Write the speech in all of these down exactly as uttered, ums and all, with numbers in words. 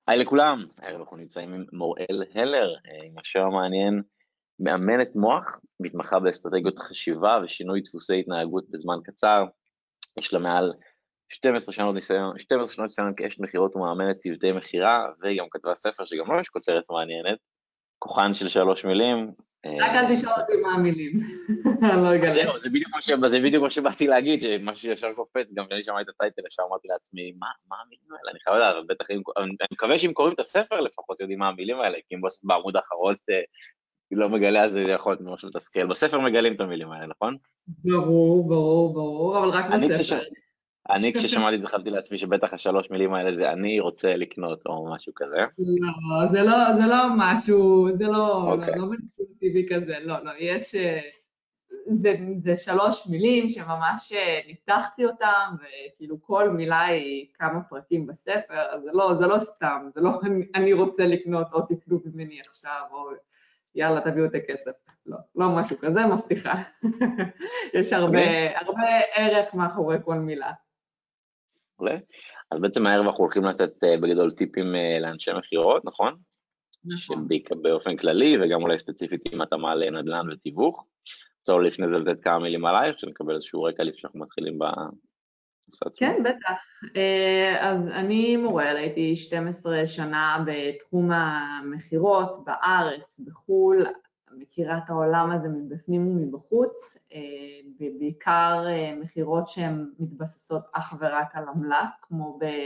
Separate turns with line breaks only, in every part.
היי לכולם, היום אנחנו נמצאים עם מוראל הלר, עם השם המעניין, מאמנת מוח, מתמחה באסטרטגיות חשיבה ושינוי דפוסי התנהגות בזמן קצר. יש לה מעל שתים עשרה שנות ניסיון, שתים עשרה שנות ניסיון כאשת מכירות ומאמנת צוותי מכירה, והיא גם כתבה ספר שגם לא יש כותרת מעניינת, כוחן של שלוש מילים.
רק אל תשאל אותי מה המילים, אני לא
אז
אגלה.
זהו, זה בדיוק מה ש- זה בדיוק מה שבאתי להגיד, שמה שישר קופץ, גם כשאני שמעתי את הטייטל, ישר אמרתי לעצמי, מה מה המילים האלה? אני חייב לדעת, אבל בטח, אם- אני אני מקווה שאם קוראים את הספר לפחות יודעים מה המילים האלה, כי אם בס- בעמוד האחרון זה לא מגלה, אז זה יכול להיות ממש מתסכל. בספר מגלים את המילים האלה, נכון?
ברור, ברור, ברור, אבל רק
אני כשש-
בספר.
אני כששמעתי את זה חשבתי לעצמי שבטח השלוש מילים האלה זה אני רוצה לקנות או משהו כזה.
לא, זה לא, זה לא משהו, זה לא, לא,
אוקיי.
לא מניפולטיבי כזה, לא, לא, יש, אה, זה, זה שלוש מילים שממש אה, ניתחתי אותם, וכאילו כל מילה היא כמה פרקים בספר, אז זה לא, זה לא סתם, זה לא אני, אני רוצה לקנות או תקנו ממני עכשיו, או יאללה תביאו את הכסף, לא, לא משהו כזה, מבטיחה. יש
אוקיי?
הרבה, הרבה ערך מאחורי כל מילה.
מעולה. אז בעצם הערב אנחנו הולכים לתת אה, בגדול טיפים אה, לאנשי מכירות, נכון?
נכון.
שבעיקר באופן כללי, וגם אולי ספציפית עם התאמה לנדל"ן ותיווך. רוצה לפני זה לתת כמה מילים עלייך, שנקבל איזשהו רקע לפני שאנחנו מתחילים בנושא עצמו.
כן, בטח. אה, אז אני מורל, הייתי שתים עשרה שנה בתחום המכירות בארץ, בחו"ל, מכירה את העולם הזה מבפנים ומבחוץ, אה, בעיקר אה, מכירות שהן מתבססות אך ורק על עמלה, כמו, ב,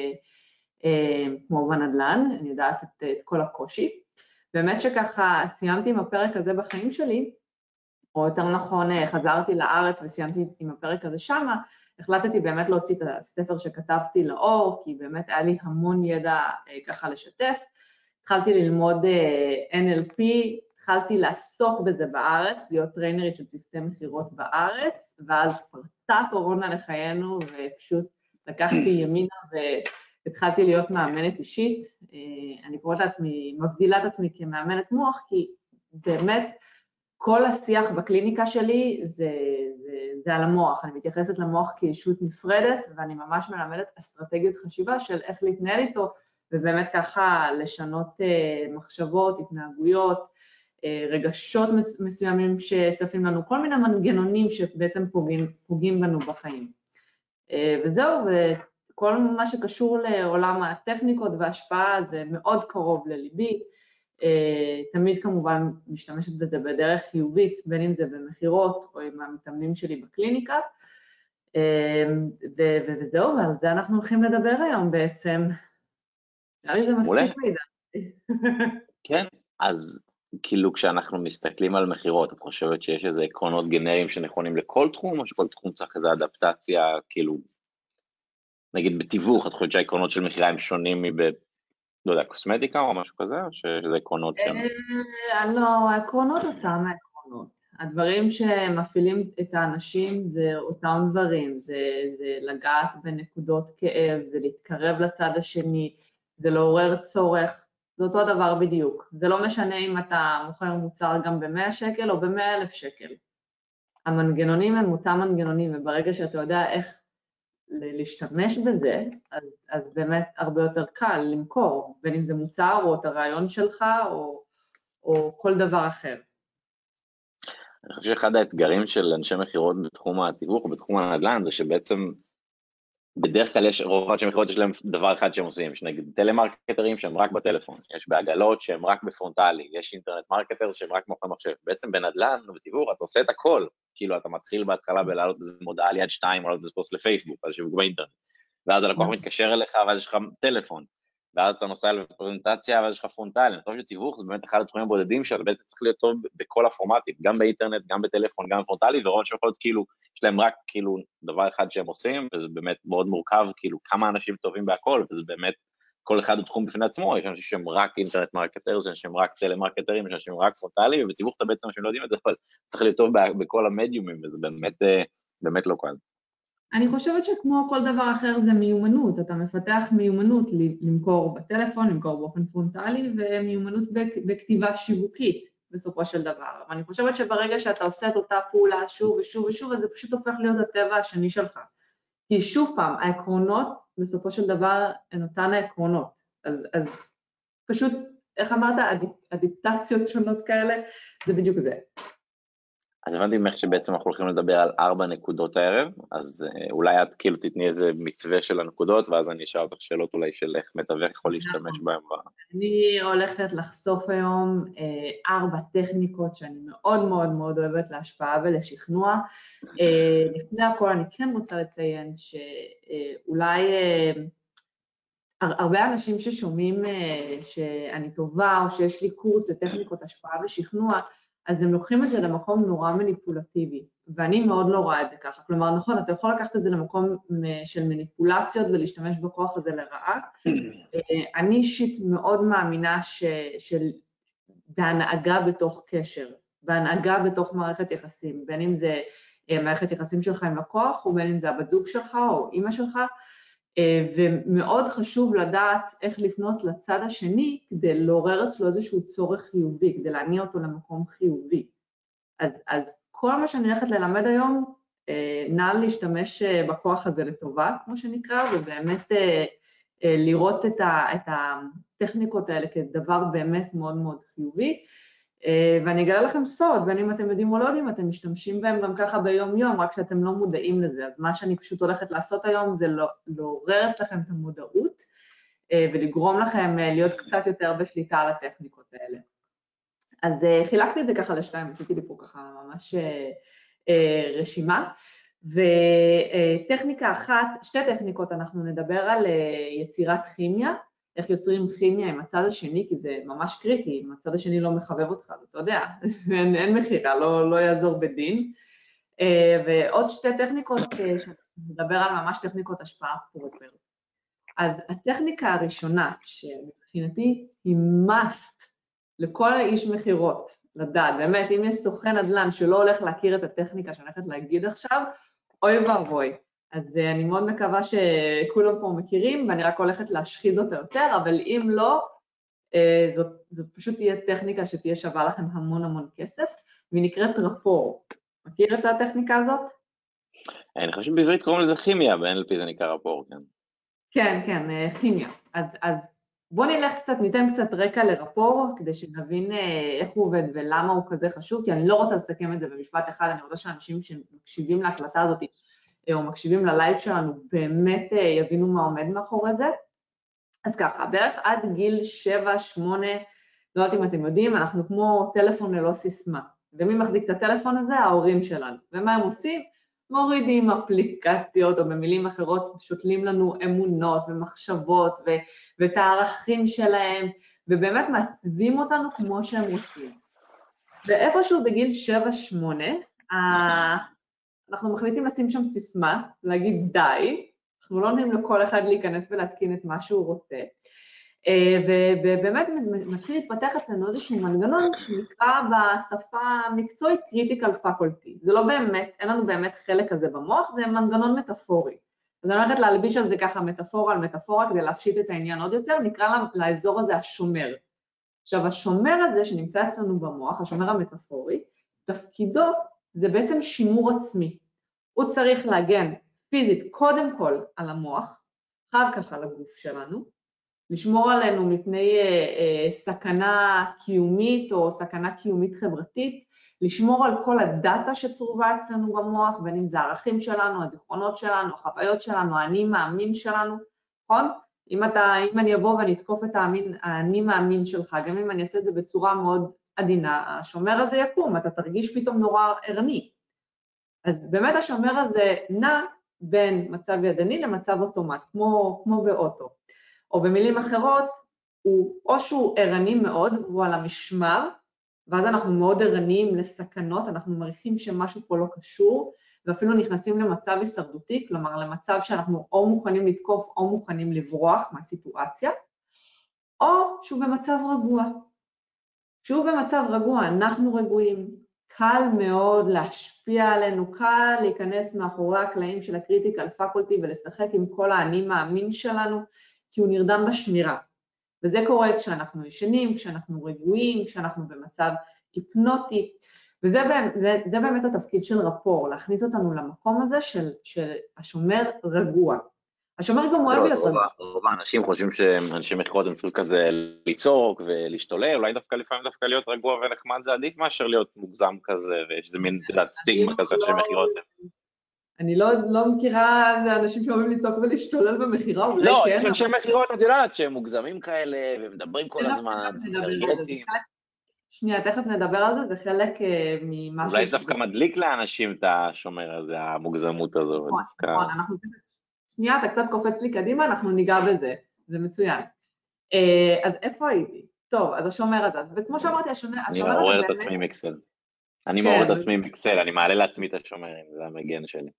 אה, כמו בנדל"ן, אני יודעת את, את כל הקושי. באמת שככה סיימתי עם הפרק הזה בחיים שלי, או יותר נכון חזרתי לארץ וסיימתי עם הפרק הזה שמה, החלטתי באמת להוציא את הספר שכתבתי לאור, כי באמת היה לי המון ידע ככה לשתף. התחלתי ללמוד אן אל פי, התחלתי לעסוק בזה בארץ, להיות טריינרית של צוותי מכירות בארץ, ואז פרצה קורונה לחיינו, ופשוט לקחתי ימינה והתחלתי להיות מאמנת אישית. אני קוראת לעצמי, מבדילה את עצמי כמאמנת מוח, כי באמת, כל השיח בקליניקה שלי זה, זה, זה על המוח, אני מתייחסת למוח כישות נפרדת, ואני ממש מלמדת אסטרטגיות חשיבה של איך להתנהל איתו, ובאמת ככה לשנות uh, מחשבות, התנהגויות, uh, רגשות מסוימים שצפים לנו, כל מיני מנגנונים שבעצם פוגעים, פוגעים בנו בחיים. Uh, וזהו, וכל מה שקשור לעולם הטכניקות וההשפעה זה מאוד קרוב לליבי, תמיד כמובן משתמשת בזה בדרך חיובית, בין אם זה במכירות או עם המתאמנים שלי בקליניקה, וזהו, ועל זה אנחנו הולכים לדבר היום בעצם. נראה לי זה
מעולה.
מספיק מידע.
כן, אז כאילו כשאנחנו מסתכלים על מכירות, את חושבת שיש איזה עקרונות גנריים שנכונים לכל תחום, או שכל תחום צריך איזו אדפטציה, כאילו, נגיד בתיווך, את חושבת שהעקרונות של מכירה הם שונים מב, לא יודע, קוסמטיקה או משהו כזה, או שזה עקרונות שהם...
לא, העקרונות אותם העקרונות. הדברים שמפעילים את האנשים זה אותם דברים, זה, זה לגעת בנקודות כאב, זה להתקרב לצד השני, זה לעורר צורך, זה אותו דבר בדיוק. זה לא משנה אם אתה מוכר מוצר גם ב-מאה שקל או ב-מאה אלף שקל. המנגנונים הם אותם מנגנונים, וברגע שאתה יודע איך להשתמש בזה, אז, אז באמת הרבה יותר קל למכור, בין אם זה מוצר או את הרעיון שלך או, או כל דבר אחר.
אני חושב שאחד האתגרים של אנשי מכירות בתחום התיווך או בתחום הנדל"ן, זה שבעצם בדרך כלל יש, רוב אנשי מכירות יש להם דבר אחד שהם עושים, יש נגיד טלמרקטרים שהם רק בטלפון, יש בעגלות שהם רק בפרונטלי, יש אינטרנט מרקטר שהם רק מוכר מחשב. בעצם בנדל"ן ובתיווך אתה עושה את הכל, כאילו אתה מתחיל בהתחלה בלהעלות איזה מודעה ליד שתיים, או לעלות איזה פוסט לפייסבוק, אז שיווק באינטרנט, ואז הלקוח מתקשר אליך ואז יש לך טלפון, ואז אתה נוסע לפרזנטציה ואז יש לך פרונטלי. אני חושב שתיווך זה באמת אחד התחומים הבודדים שאתה בעצם צריך להיות טוב בכל הפורמטים, גם באינטרנט, גם בטלפון, גם בפרונטלי, ורוב שיכול להיות כאילו, יש להם רק כאילו דבר אחד שהם עושים, וזה באמת מאוד מורכב, כאילו כמה אנשים טובים בהכל, וזה באמת, כל אחד הוא תחום בפני עצמו, יש אנשים שהם רק אינטרנט מרקטר, יש אנשים רק טלמרקטרים, יש אנשים רק פרונטלי, ובתיווך אתה בעצם אנשים לא יודעים את זה, אבל צריך להיות טוב בכל המדיומים, וזה באמת, באמת לא קל.
אני חושבת שכמו כל דבר אחר זה מיומנות, אתה מפתח מיומנות למכור בטלפון, למכור באופן פרונטלי, ומיומנות בכתיבה שיווקית בסופו של דבר. ואני חושבת שברגע שאתה עושה את אותה פעולה שוב ושוב ושוב, אז זה פשוט הופך להיות הטבע השני שלך. כי שוב פעם, העקרונות בסופו של דבר הן אותן העקרונות. אז, אז פשוט, איך אמרת, אדיפטציות שונות כאלה, זה בדיוק זה.
אז הבנתי ממך שבעצם אנחנו הולכים לדבר על ארבע נקודות הערב, אז אולי את כאילו תתני איזה מתווה של הנקודות, ואז אני אשאל אותך שאלות אולי של איך מתווך יכול להשתמש בהם.
אני הולכת לחשוף היום ארבע טכניקות שאני מאוד מאוד מאוד אוהבת להשפעה ולשכנוע. לפני הכל אני כן רוצה לציין שאולי הרבה אנשים ששומעים שאני טובה, או שיש לי קורס לטכניקות השפעה ושכנוע, אז הם לוקחים את זה למקום נורא מניפולטיבי, ואני מאוד לא רואה את זה ככה. כלומר, נכון, אתה יכול לקחת את זה למקום של מניפולציות ולהשתמש בכוח הזה לרעה. אני אישית מאוד מאמינה ש, של בהנהגה בתוך קשר, בהנהגה בתוך מערכת יחסים, בין אם זה מערכת יחסים שלך עם לקוח, או בין אם זה הבת זוג שלך או אמא שלך, ומאוד חשוב לדעת איך לפנות לצד השני כדי לעורר אצלו איזשהו צורך חיובי, כדי להניע אותו למקום חיובי. אז, אז כל מה שאני הולכת ללמד היום, נע להשתמש בכוח הזה לטובה, כמו שנקרא, ובאמת לראות את, ה, את הטכניקות האלה כדבר באמת מאוד מאוד חיובי. ואני אגלה לכם סוד, בין אם אתם יודעים או לא יודעים, אתם משתמשים בהם גם ככה ביום יום, רק שאתם לא מודעים לזה. אז מה שאני פשוט הולכת לעשות היום זה לעורר אצלכם את המודעות, ולגרום לכם להיות קצת יותר בשליטה על הטכניקות האלה. אז חילקתי את זה ככה לשתיים, עשיתי לי פה ככה ממש רשימה, וטכניקה אחת, שתי טכניקות, אנחנו נדבר על יצירת כימיה, איך יוצרים כימיה עם הצד השני, כי זה ממש קריטי, אם הצד השני לא מחבב אותך, אתה יודע, אין, אין מחירה, לא, לא יעזור בדין. ועוד שתי טכניקות, שנדבר על ממש טכניקות השפעה פרופר. אז הטכניקה הראשונה, שמבחינתי היא must לכל האיש מחירות, לדעת, באמת, אם יש סוכן נדל"ן שלא הולך להכיר את הטכניקה שאני הולכת להגיד עכשיו, אוי ואבוי. אז אני מאוד מקווה שכולם פה מכירים, ואני רק הולכת להשחיז אותה יותר, אבל אם לא, זאת, זאת פשוט תהיה טכניקה שתהיה שווה לכם המון המון כסף, והיא נקראת רפור. מכיר את הטכניקה הזאת?
אני חושב שבעברית קוראים לזה כימיה, ב-אן אל פי זה נקרא רפור, כן.
כן, כן, כימיה. אז, אז בואו נלך קצת, ניתן קצת רקע לרפור, כדי שנבין איך הוא עובד ולמה הוא כזה חשוב, כי אני לא רוצה לסכם את זה במשפט אחד, אני רוצה שאנשים שמקשיבים להקלטה הזאת, או מקשיבים ללייב שלנו, באמת יבינו מה עומד מאחורי זה. אז ככה, בערך עד גיל שבע, שמונה, לא יודעת אם אתם יודעים, אנחנו כמו טלפון ללא סיסמה. ומי מחזיק את הטלפון הזה? ההורים שלנו. ומה הם עושים? מורידים אפליקציות, או במילים אחרות, שותלים לנו אמונות ומחשבות, ו- ואת הערכים שלהם, ובאמת מעצבים אותנו כמו שהם רוצים. ואיפשהו בגיל שבע, שמונה, אנחנו מחליטים לשים שם סיסמה, להגיד די, אנחנו לא נותנים לכל אחד להיכנס ולהתקין את מה שהוא רוצה, ובאמת מתחיל להתפתח אצלנו איזשהו מנגנון שנקרא בשפה המקצועית critical faculty. זה לא באמת, אין לנו באמת חלק כזה במוח, זה מנגנון מטאפורי. אז אני הולכת להלביש על זה ככה מטאפורה על מטאפורה כדי להפשיט את העניין עוד יותר, נקרא לאזור הזה השומר. עכשיו השומר הזה שנמצא אצלנו במוח, השומר המטאפורי, תפקידו זה בעצם שימור עצמי. הוא צריך להגן פיזית קודם כל על המוח, אחר כך על הגוף שלנו, לשמור עלינו מפני אה, אה, סכנה קיומית או סכנה קיומית חברתית, לשמור על כל הדאטה שצרובה אצלנו במוח, בין אם זה הערכים שלנו, הזיכרונות שלנו, החוויות שלנו, האני מאמין שלנו, נכון? אם, אתה, אם אני אבוא ואני אתקוף את האמין, האני מאמין שלך, גם אם אני אעשה את זה בצורה מאוד עדינה, השומר הזה יקום, אתה תרגיש פתאום נורא ערני. אז באמת השומר הזה נע בין מצב ידני למצב אוטומט, כמו, כמו באוטו. או במילים אחרות, הוא, או שהוא ערני מאוד, והוא על המשמר, ואז אנחנו מאוד ערניים לסכנות, אנחנו מריחים שמשהו פה לא קשור, ואפילו נכנסים למצב הישרדותי, כלומר למצב שאנחנו או מוכנים לתקוף או מוכנים לברוח מהסיטואציה, או שהוא במצב רגוע. כשהוא במצב רגוע, אנחנו רגועים, קל מאוד להשפיע עלינו, קל להיכנס מאחורי הקלעים של הקריטיקל פקולטי ולשחק עם כל האני מאמין שלנו, כי הוא נרדם בשמירה. וזה קורה כשאנחנו ישנים, כשאנחנו רגועים, כשאנחנו במצב היפנוטי, וזה זה, זה באמת התפקיד של רפור, להכניס אותנו למקום הזה של, של השומר רגוע. השומר גם אוהב להיות רגוע.
רוב האנשים חושבים שאנשי מכירות הם צריכים כזה לצעוק ולהשתולל, אולי דווקא לפעמים דווקא להיות רגוע ונחמד זה עדיף מאשר להיות מוגזם כזה, ויש איזה מין סטיגמה כזה של מכירות.
אני לא, לא מכירה אנשים שאוהבים לצעוק ולהשתולל במכירה, אולי
לא,
כן.
יש אנשי מכירות, את יודעת, שהם מוגזמים כאלה, ומדברים כל הזמן, אנרגטיים.
שנייה, תכף נדבר על זה, זה חלק ממשהו...
אולי דווקא מדליק לאנשים את השומר הזה, המוגזמות הזו.
נכון, נכון, אנחנו... שנייה, אתה קצת קופץ לי קדימה, אנחנו ניגע בזה, זה מצוין. אז איפה הייתי? טוב, אז השומר הזה, וכמו שאמרתי, השומר...
אני מעורר את עצמי עם אקסל. אני מעורר את עצמי עם אקסל, אני מעלה לעצמי את השומרים, זה המגן שלי.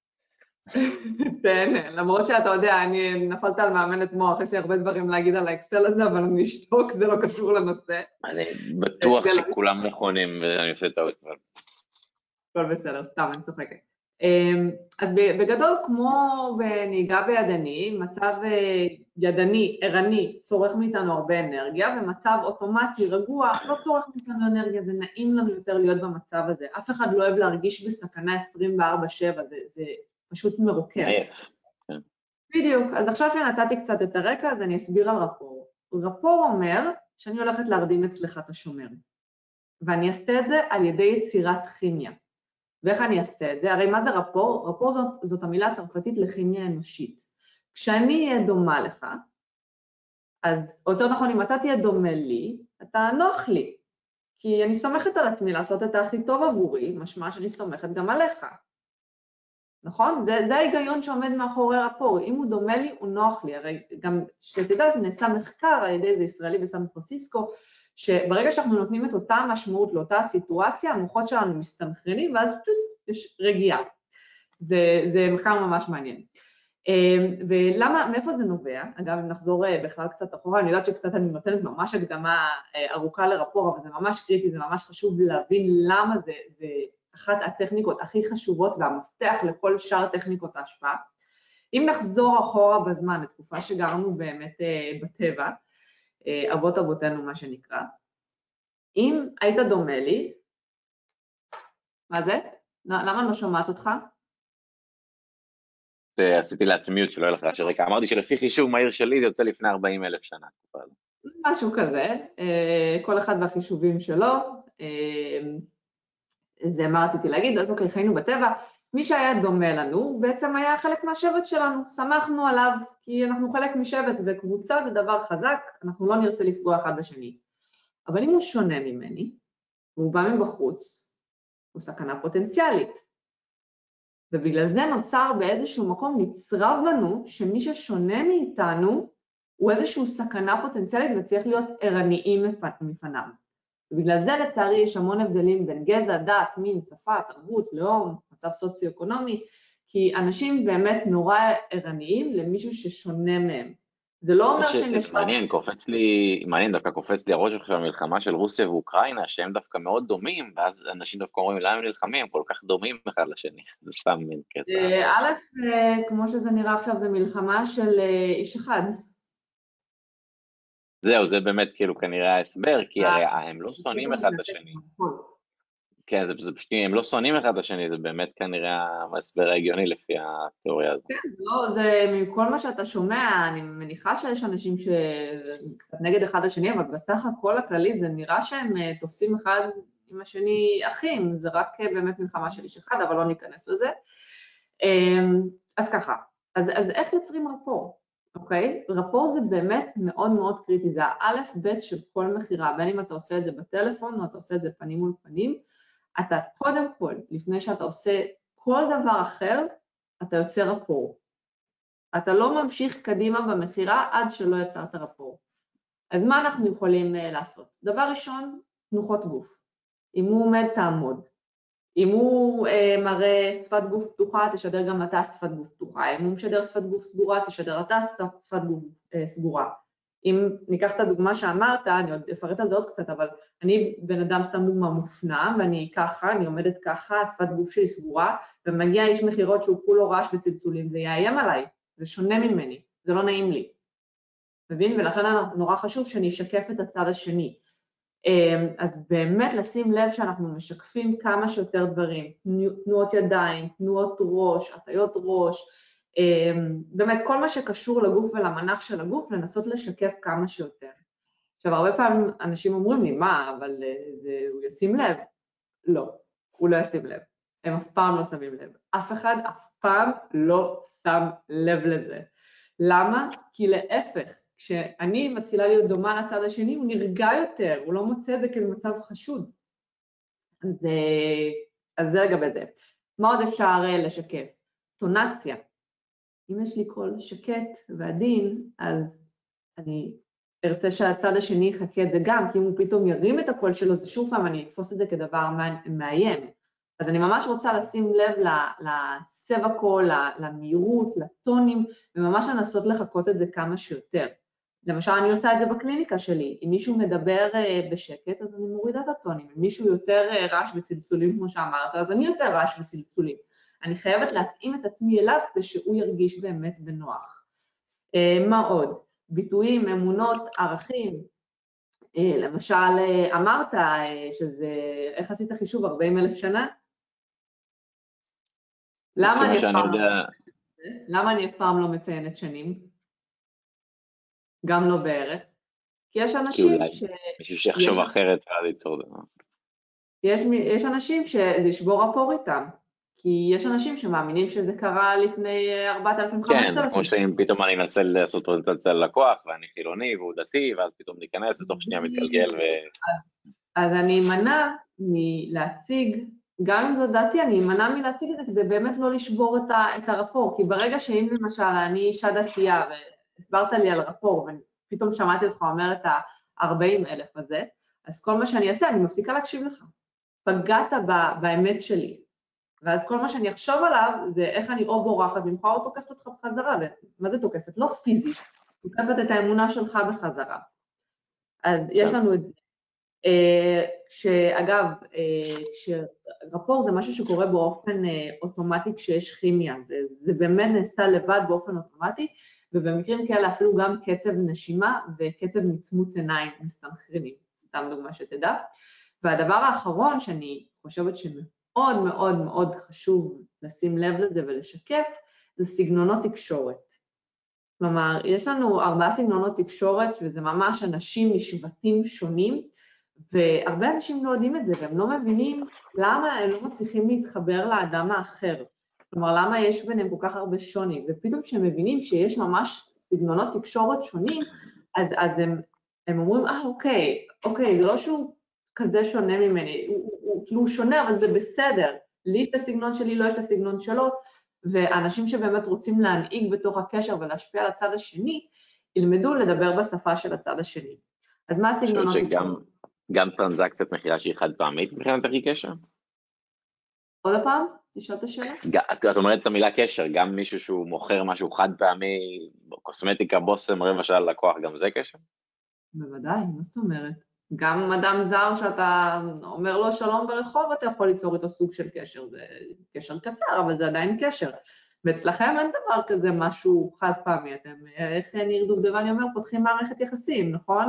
תן, למרות שאתה יודע, אני נפלת על מאמנת מוח, יש לי הרבה דברים להגיד על האקסל הזה, אבל אני אשתוק, זה לא קשור לנושא.
אני בטוח שכולם נכונים, ואני עושה טעות.
הכל בסדר, סתם, אני צוחקת. אז בגדול, כמו בנהיגה בידני, מצב ידני, ערני, צורך מאיתנו הרבה אנרגיה, ומצב אוטומטי, רגוע, לא צורך מאיתנו אנרגיה, זה נעים לנו יותר להיות במצב הזה. אף אחד לא אוהב להרגיש בסכנה עשרים וארבע שבע, זה, זה פשוט מרוקר. בדיוק, אז עכשיו שנתתי קצת את הרקע, אז אני אסביר על רפור. רפור אומר שאני הולכת להרדים אצלך את השומר, ואני אעשה את זה על ידי יצירת כימיה. ואיך אני אעשה את זה? הרי מה זה רפור? רפור זאת, זאת המילה הצרפתית לכימיה אנושית. כשאני אהיה דומה לך, אז או יותר נכון, אם אתה תהיה דומה לי, אתה נוח לי. כי אני סומכת על עצמי לעשות את הכי טוב עבורי, משמע שאני סומכת גם עליך. נכון? זה, זה ההיגיון שעומד מאחורי רפור. אם הוא דומה לי, הוא נוח לי. הרי גם שתדע, נעשה מחקר על ידי איזה ישראלי בסן פרנסיסקו, שברגע שאנחנו נותנים את אותה משמעות לאותה סיטואציה, המוחות שלנו מסתנכרנים, ואז פשוט יש רגיעה. זה, זה מחקר ממש מעניין. ולמה, מאיפה זה נובע? אגב, נחזור בכלל קצת אחורה, אני יודעת שקצת אני נותנת ממש הקדמה ארוכה לרפור, אבל זה ממש קריטי, זה ממש חשוב להבין למה זה, זה אחת הטכניקות הכי חשובות, והמפתח לכל שאר טכניקות ההשפעה. אם נחזור אחורה בזמן, לתקופה שגרנו באמת בטבע, אבות אבותינו מה שנקרא, אם היית דומה לי, מה זה? למה אני לא שומעת אותך?
עשיתי לעצמיות שלא ילך לאשר רקע, אמרתי שלפי חישוב מהיר שלי זה יוצא לפני ארבעים אלף שנה.
משהו כזה, כל אחד והחישובים שלו, זה מה רציתי להגיד, אז אוקיי, חיינו בטבע, מי שהיה דומה לנו בעצם היה חלק מהשבט שלנו, שמחנו עליו, כי אנחנו חלק משבט וקבוצה זה דבר חזק, אנחנו לא נרצה לפגוע אחד בשני. אבל אם הוא שונה ממני, והוא בא מבחוץ, הוא סכנה פוטנציאלית. ובגלל זה נוצר באיזשהו מקום, נצרב בנו שמי ששונה מאיתנו, הוא איזשהו סכנה פוטנציאלית וצריך להיות ערניים מפניו. ובגלל זה לצערי יש המון הבדלים בין גזע, דת, מין, שפה, תרבות, לאום, מצב סוציו-אקונומי, כי אנשים באמת נורא ערניים למישהו ששונה מהם. זה לא אומר שהם יש...
מעניין, קופץ לי, מעניין, דווקא קופץ לי הראש של המלחמה של רוסיה ואוקראינה, שהם דווקא מאוד דומים, ואז אנשים דווקא אומרים, למה הם נלחמים? הם כל כך דומים אחד לשני. זה סתם מין קטע.
א', כמו שזה נראה עכשיו, זה מלחמה של איש אחד.
זהו, זה באמת כאילו כנראה ההסבר, כי הרי הם לא שונאים אחד את השני. כן, זה פשוט, הם לא שונאים אחד את השני, זה באמת כנראה ההסבר ההגיוני לפי התיאוריה הזאת.
כן, לא, זה מכל מה שאתה שומע, אני מניחה שיש אנשים שקצת נגד אחד השני, אבל בסך הכל הכללי זה נראה שהם תופסים אחד עם השני אחים, זה רק באמת מלחמה של איש אחד, אבל לא ניכנס לזה. אז ככה, אז, אז איך יוצרים רפור? אוקיי? רפור זה באמת מאוד מאוד קריטי, זה האלף בית של כל מחירה, בין אם אתה עושה את זה בטלפון או אתה עושה את זה פנים מול פנים, אתה קודם כל, לפני שאתה עושה כל דבר אחר, אתה יוצר רפור. אתה לא ממשיך קדימה במחירה עד שלא יצרת רפור. אז מה אנחנו יכולים לעשות? דבר ראשון, תנוחות גוף. אם הוא עומד, תעמוד. אם הוא uh, מראה שפת גוף פתוחה, תשדר גם אתה שפת גוף פתוחה. אם הוא משדר שפת גוף סגורה, תשדר אתה שפת גוף uh, סגורה. אם ניקח את הדוגמה שאמרת, אני עוד אפרט על זה עוד קצת, אבל אני בן אדם סתם דוגמה מופנה, ואני ככה, אני עומדת ככה, שפת גוף שלי סגורה, ומגיע איש מחירות שהוא כולו רעש וצלצולים, זה יאיים עליי, זה שונה ממני, זה לא נעים לי. מבין? ולכן נורא חשוב שאני אשקף את הצד השני. אז באמת לשים לב שאנחנו משקפים כמה שיותר דברים, תנועות ידיים, תנועות ראש, הטיות ראש, באמת, כל מה שקשור לגוף ולמנח של הגוף, לנסות לשקף כמה שיותר. עכשיו, הרבה פעמים אנשים אומרים לי, מה, אבל זה, הוא ישים לב? לא, הוא לא ישים לב. הם אף פעם לא שמים לב. אף אחד אף פעם לא שם לב לזה. למה? כי להפך, כשאני מתחילה להיות דומה לצד השני, הוא נרגע יותר, הוא לא מוצא את זה כמצב חשוד. אז, אז זה לגבי זה. מה עוד אפשר לשקף? טונציה. אם יש לי קול שקט ועדין, אז אני ארצה שהצד השני יחכה את זה גם, כי אם הוא פתאום ירים את הקול שלו, זה שוב פעם אני אתפוס את זה כדבר מאיים. אז אני ממש רוצה לשים לב לצבע קול, למהירות, לטונים, וממש לנסות לחכות את זה כמה שיותר. למשל, אני עושה את זה בקליניקה שלי. אם מישהו מדבר בשקט, אז אני מורידה את הטונים. אם מישהו יותר רעש וצלצולים, כמו שאמרת, אז אני יותר רעש וצלצולים. אני חייבת להתאים את עצמי אליו, ושהוא ירגיש באמת בנוח. מה עוד? ביטויים, אמונות, ערכים. למשל, אמרת שזה, איך עשית חישוב? ארבעים אלף שנה? למה אני, פעם... יודע... למה אני אף פעם לא מציינת שנים? גם לא בערך. כי יש אנשים
ש... מישהו שיחשוב יש... אחרת ועד ליצור דבר.
יש, יש אנשים שזה ישבור רפור איתם. כי יש אנשים שמאמינים שזה קרה לפני ארבעת אלפים חמשת אלפים.
כן, כמו שאם פתאום אני אנסה לעשות פרזנטציה ללקוח, ואני חילוני והוא דתי, ואז פתאום ניכנס, ותוך שנייה מתגלגל ו...
אז אני אמנע מלהציג, גם אם זאת דעתי, אני אמנע מלהציג את זה, כדי באמת לא לשבור את, ה, את הרפור, כי ברגע שאם למשל אני אישה דתייה, והסברת לי על רפור, ופתאום שמעתי אותך אומר את ה-ארבעים אלף הזה, אז כל מה שאני אעשה, אני מפסיקה להקשיב לך. פגעת באמת שלי. ואז כל מה שאני אחשוב עליו, זה איך אני או בורחת, ממך או תוקפת אותך בחזרה, ומה זה תוקפת? לא פיזית, תוקפת את האמונה שלך בחזרה. אז יש לנו את זה. שאגב, שרפור זה משהו שקורה באופן אוטומטי כשיש כימיה, זה, זה באמת נעשה לבד באופן אוטומטי, ובמקרים כאלה אפילו גם קצב נשימה וקצב מצמוץ עיניים מסתנכרנים, סתם דוגמה שתדע. והדבר האחרון שאני חושבת שמאוד מאוד מאוד חשוב לשים לב לזה ולשקף, זה סגנונות תקשורת. כלומר, יש לנו ארבעה סגנונות תקשורת, וזה ממש אנשים משבטים שונים, והרבה אנשים לא יודעים את זה, והם לא מבינים למה הם לא מצליחים להתחבר לאדם האחר. כלומר, למה יש ביניהם כל כך הרבה שוני, ופתאום שהם מבינים שיש ממש סגנונות תקשורת שונים, אז, אז הם, הם אומרים, אה, אוקיי, אוקיי, זה לא שהוא כזה שונה ממני, הוא, הוא, הוא שונה, אבל זה בסדר, לי יש את הסגנון שלי, לא יש את הסגנון שלו, ואנשים שבאמת רוצים להנהיג בתוך הקשר ולהשפיע על הצד השני, ילמדו לדבר בשפה של הצד השני. אז מה הסגנונות תקשורת?
גם טרנזקציית מחירה שהיא חד פעמית מבחינת הכי קשר?
עוד הפעם? תשאל את השאלה?
את אומרת את המילה קשר, גם מישהו שהוא מוכר משהו חד פעמי, קוסמטיקה, בוסם, רבע שעה ללקוח, גם זה קשר?
בוודאי, מה זאת אומרת? גם אדם זר שאתה אומר לו שלום ברחוב, אתה יכול ליצור איתו סוג של קשר, זה קשר קצר, אבל זה עדיין קשר. ואצלכם אין דבר כזה משהו חד פעמי, אתם, איך ניר דובדבני אומר, פותחים מערכת יחסים, נכון?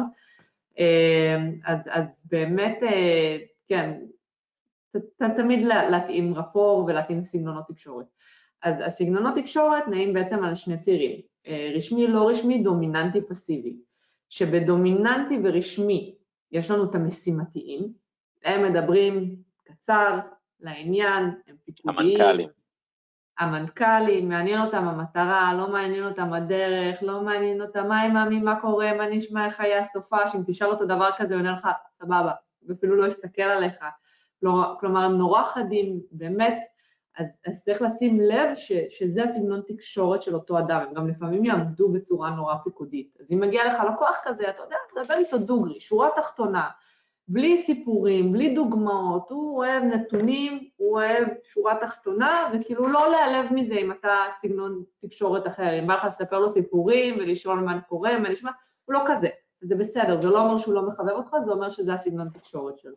אז, אז באמת, כן, ת, תמיד להתאים רפור ולהתאים סגנונות תקשורת. אז הסגנונות תקשורת נעים בעצם על שני צירים, רשמי, לא רשמי, דומיננטי, פסיבי. שבדומיננטי ורשמי יש לנו את המשימתיים, הם מדברים קצר, לעניין, הם פיקודיים.
המנכ"לים.
המנכ"לים, מעניין אותם המטרה, לא מעניין אותם הדרך, לא מעניין אותם מה הם מאמין, מה קורה, מה נשמע, איך היה הסופה, שאם תשאל אותו דבר כזה, הוא עונה לך, סבבה, ואפילו לא יסתכל עליך. כלומר, הם נורא חדים, באמת, אז, אז צריך לשים לב ש, שזה הסגנון תקשורת של אותו אדם, הם גם לפעמים יעמדו בצורה נורא פיקודית. אז אם מגיע לך לקוח כזה, אתה יודע, תדבר איתו דוגרי, שורה תחתונה, בלי סיפורים, בלי דוגמאות, הוא אוהב נתונים, הוא אוהב שורה תחתונה, וכאילו לא להיעלב מזה אם אתה סגנון תקשורת אחר, אם בא לך לספר לו סיפורים ולשאול מה קורה, מה נשמע, הוא לא כזה, זה בסדר, זה לא אומר שהוא לא מחבב אותך, זה אומר שזה הסגנון תקשורת שלו.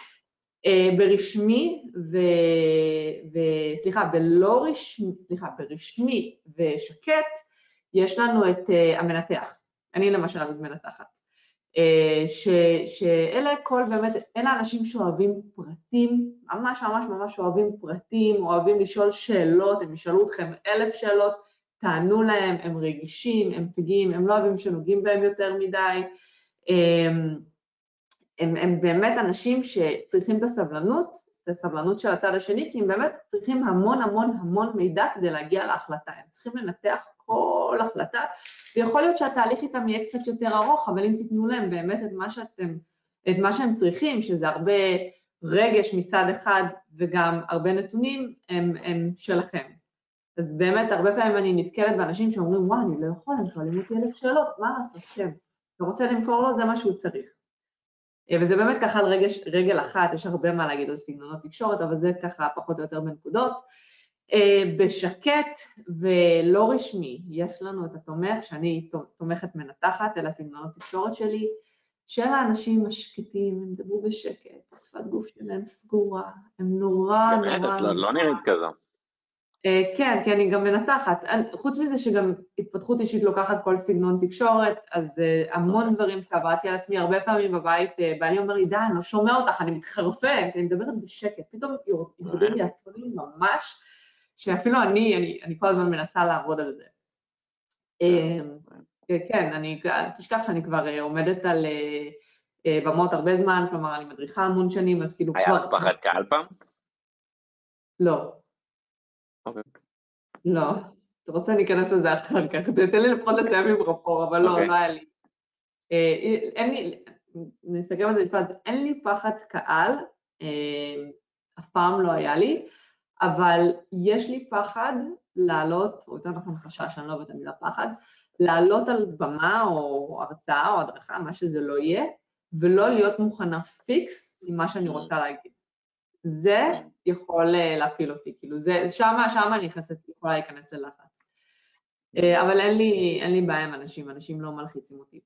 ברשמי ו... ו... סליחה, בלא רשמי, סליחה, ברשמי ושקט, יש לנו את המנתח. אני למשל מנתחת. ש... שאלה כל באמת, אלה אנשים שאוהבים פרטים, ממש ממש ממש אוהבים פרטים, אוהבים לשאול שאלות, הם ישאלו אתכם אלף שאלות, תענו להם, הם רגישים, הם פגיעים, הם לא אוהבים שנוגעים בהם יותר מדי, הם, הם, הם באמת אנשים שצריכים את הסבלנות, את הסבלנות של הצד השני, כי הם באמת צריכים המון המון המון מידע כדי להגיע להחלטה, הם צריכים לנתח כל החלטה, ויכול להיות שהתהליך איתם יהיה קצת יותר ארוך, אבל אם תיתנו להם באמת את מה שאתם, את מה שהם צריכים, שזה הרבה רגש מצד אחד וגם הרבה נתונים, הם, הם שלכם. אז באמת הרבה פעמים אני נתקלת באנשים שאומרים, וואי, אני לא יכול, הם שואלים אותי אלף שאלות, מה לעשות? כן, אתה רוצה למכור לו, זה מה שהוא צריך. וזה באמת ככה על רגש, רגל אחת, יש הרבה מה להגיד על סגנונות תקשורת, אבל זה ככה פחות או יותר בנקודות. בשקט ולא רשמי, יש לנו את התומך, שאני תומכת מנתחת, אל הסגנונות תקשורת שלי, של האנשים השקטים, הם דברו בשקט, השפת גוף שלהם סגורה, הם נורא
באמת,
נורא...
את לא, לא נראית כזו.
כן, כי אני גם מנתחת. חוץ מזה שגם התפתחות אישית לוקחת כל סגנון תקשורת, אז המון דברים שעברתי על עצמי, הרבה פעמים בבית, בעלי אומר לי, די, אני לא שומע אותך, אני מתחרפן, כי אני מדברת בשקט, פתאום יורדים לי הטונים ממש, שאפילו אני, אני, אני כל הזמן מנסה לעבוד על זה. כן, אני, תשכח שאני כבר עומדת על במות הרבה זמן, כלומר, אני מדריכה המון שנים, אז כאילו כבר...
היה לך פחד קהל פעם?
לא.
אוקיי.
לא. אתה רוצה להיכנס לזה אחר כך, תן לי לפחות לסיים עם רפור, אבל לא, לא היה לי. אין לי, נסגר את זה משפט, אין לי פחד קהל, אף פעם לא היה לי, אבל יש לי פחד לעלות, או יותר נכון חשש, אני לא אוהבת המילה פחד, לעלות על במה או הרצאה או הדרכה, מה שזה לא יהיה, ולא להיות מוכנה פיקס עם מה שאני רוצה להגיד. זה יכול להפיל אותי, כאילו, זה, שמה, שמה אני יכולה להיכנס ללחץ. אבל אין לי, אין לי בעיה עם אנשים, אנשים לא מלחיצים אותי.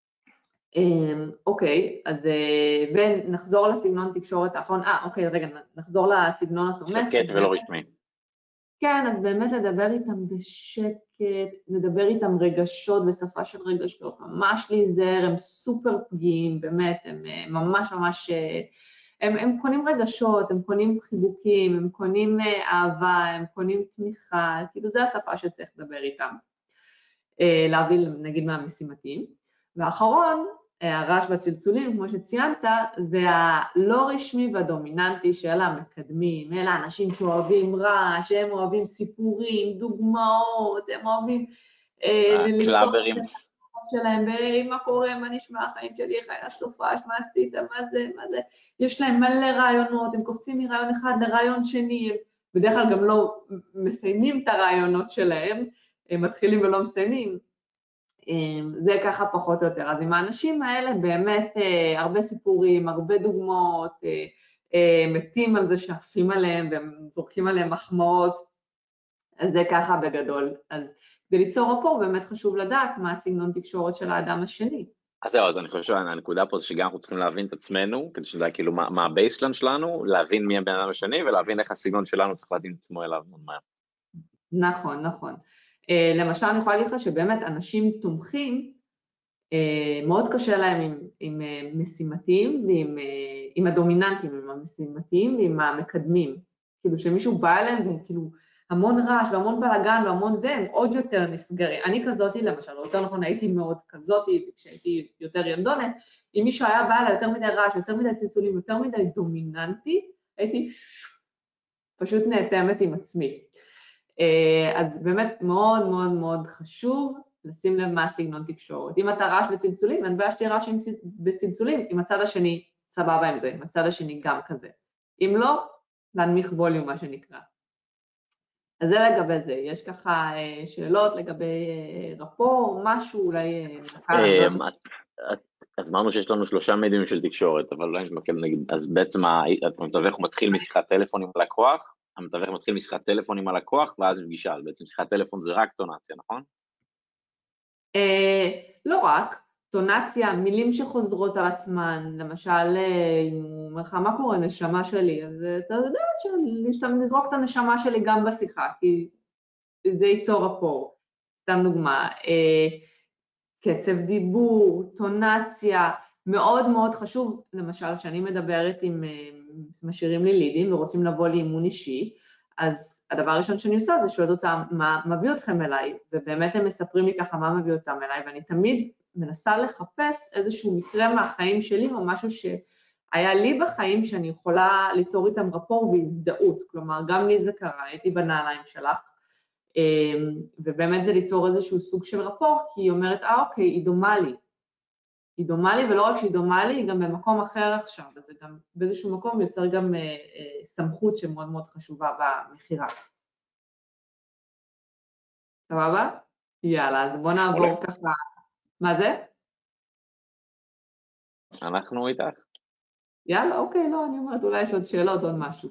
אוקיי, אז, ונחזור לסגנון תקשורת האחרון, אה, אוקיי, רגע, נחזור לסגנון התומך.
שקט ולא רשמי.
כן, אז באמת לדבר איתם בשקט, לדבר איתם רגשות, בשפה של רגשות, ממש להיזהר, הם סופר פגיעים, באמת, הם ממש ממש, הם, הם קונים רגשות, הם קונים חיבוקים, הם קונים אהבה, הם קונים תמיכה, כאילו זה השפה שצריך לדבר איתם, להביא נגיד מהמשימתיים. והאחרון, הרעש והצלצולים, כמו שציינת, זה הלא רשמי והדומיננטי של המקדמים, אלה אנשים שאוהבים רעש, הם אוהבים סיפורים, דוגמאות, הם אוהבים
קלאברים
שלהם, מה קורה, מה נשמע החיים שלי, איך היה סופש, מה עשית, מה זה, מה זה, יש להם מלא רעיונות, הם קופצים מרעיון אחד לרעיון שני, בדרך כלל גם לא מסיימים את הרעיונות שלהם, הם מתחילים ולא מסיימים, זה ככה פחות או יותר. אז עם האנשים האלה באמת הרבה סיפורים, הרבה דוגמאות, מתים על זה שעפים עליהם והם זורקים עליהם מחמאות, אז זה ככה בגדול. אז כדי ליצור רפור באמת חשוב לדעת מה הסגנון תקשורת של האדם השני.
אז זהו, אז אני חושב שהנקודה פה זה שגם אנחנו צריכים להבין את עצמנו, כדי שנדע כאילו מה, מה הבייסלנד שלנו, להבין מי הבן אדם השני ולהבין איך הסגנון שלנו צריך להתאים את עצמו אליו.
נכון, נכון. למשל אני יכולה להגיד לך שבאמת אנשים תומכים, מאוד קשה להם עם, עם משימתיים ועם עם הדומיננטים, עם המשימתיים ועם המקדמים. כאילו שמישהו בא אליהם וכאילו המון רעש והמון בלגן והמון זה, הם עוד יותר נסגרים. אני כזאתי למשל, או יותר נכון הייתי מאוד כזאתי כשהייתי יותר ילדונת, אם מישהו היה בא אליי יותר מדי רעש, יותר מדי צלצולים, יותר מדי דומיננטי, הייתי פשוט נאטמת עם עצמי. אז באמת מאוד מאוד מאוד חשוב לשים לב מה הסגנון תקשורת. אם אתה רעש בצלצולים, אין בעיה שתהיה רעש בצלצולים, עם הצד השני סבבה עם זה, עם הצד השני גם כזה. אם לא, להנמיך ווליום מה שנקרא. אז זה לגבי זה, יש ככה שאלות לגבי רפור, משהו אולי...
אז אמרנו שיש לנו שלושה מדיומים של תקשורת, אבל אולי נשמע נגיד, אז בעצם המתווך הוא מתחיל משיחת טלפון עם הלקוח, המתווך מתחיל משיחת טלפון עם הלקוח, ואז פגישה, בעצם שיחת טלפון זה רק טונציה, נכון?
לא רק, טונציה, מילים שחוזרות על עצמן, למשל, אם הוא אומר לך, מה קורה, נשמה שלי, אז אתה יודע שאתה נזרוק את הנשמה שלי גם בשיחה, כי זה ייצור רפור. סתם דוגמה, קצב דיבור, טונציה, מאוד מאוד חשוב, למשל, שאני מדברת עם, משאירים לי לידים ורוצים לבוא לאימון אישי, אז הדבר הראשון שאני עושה זה שואלת אותם מה מביא אתכם אליי, ובאמת הם מספרים לי ככה מה מביא אותם אליי, ואני תמיד מנסה לחפש איזשהו מקרה מהחיים שלי, או משהו שהיה לי בחיים שאני יכולה ליצור איתם רפור והזדהות, כלומר גם לי זה קרה, הייתי בנעליים שלך, ובאמת זה ליצור איזשהו סוג של רפור, כי היא אומרת, אה אוקיי, היא דומה לי, היא דומה לי, ולא רק שהיא דומה לי, היא גם במקום אחר עכשיו, וזה גם באיזשהו מקום יוצר גם אה, אה, סמכות שמאוד מאוד חשובה במחירה. סבבה? יאללה, אז בוא נעבור ככה. מה זה?
אנחנו איתך.
יאללה, אוקיי, לא, אני אומרת, אולי יש עוד שאלות, עוד משהו.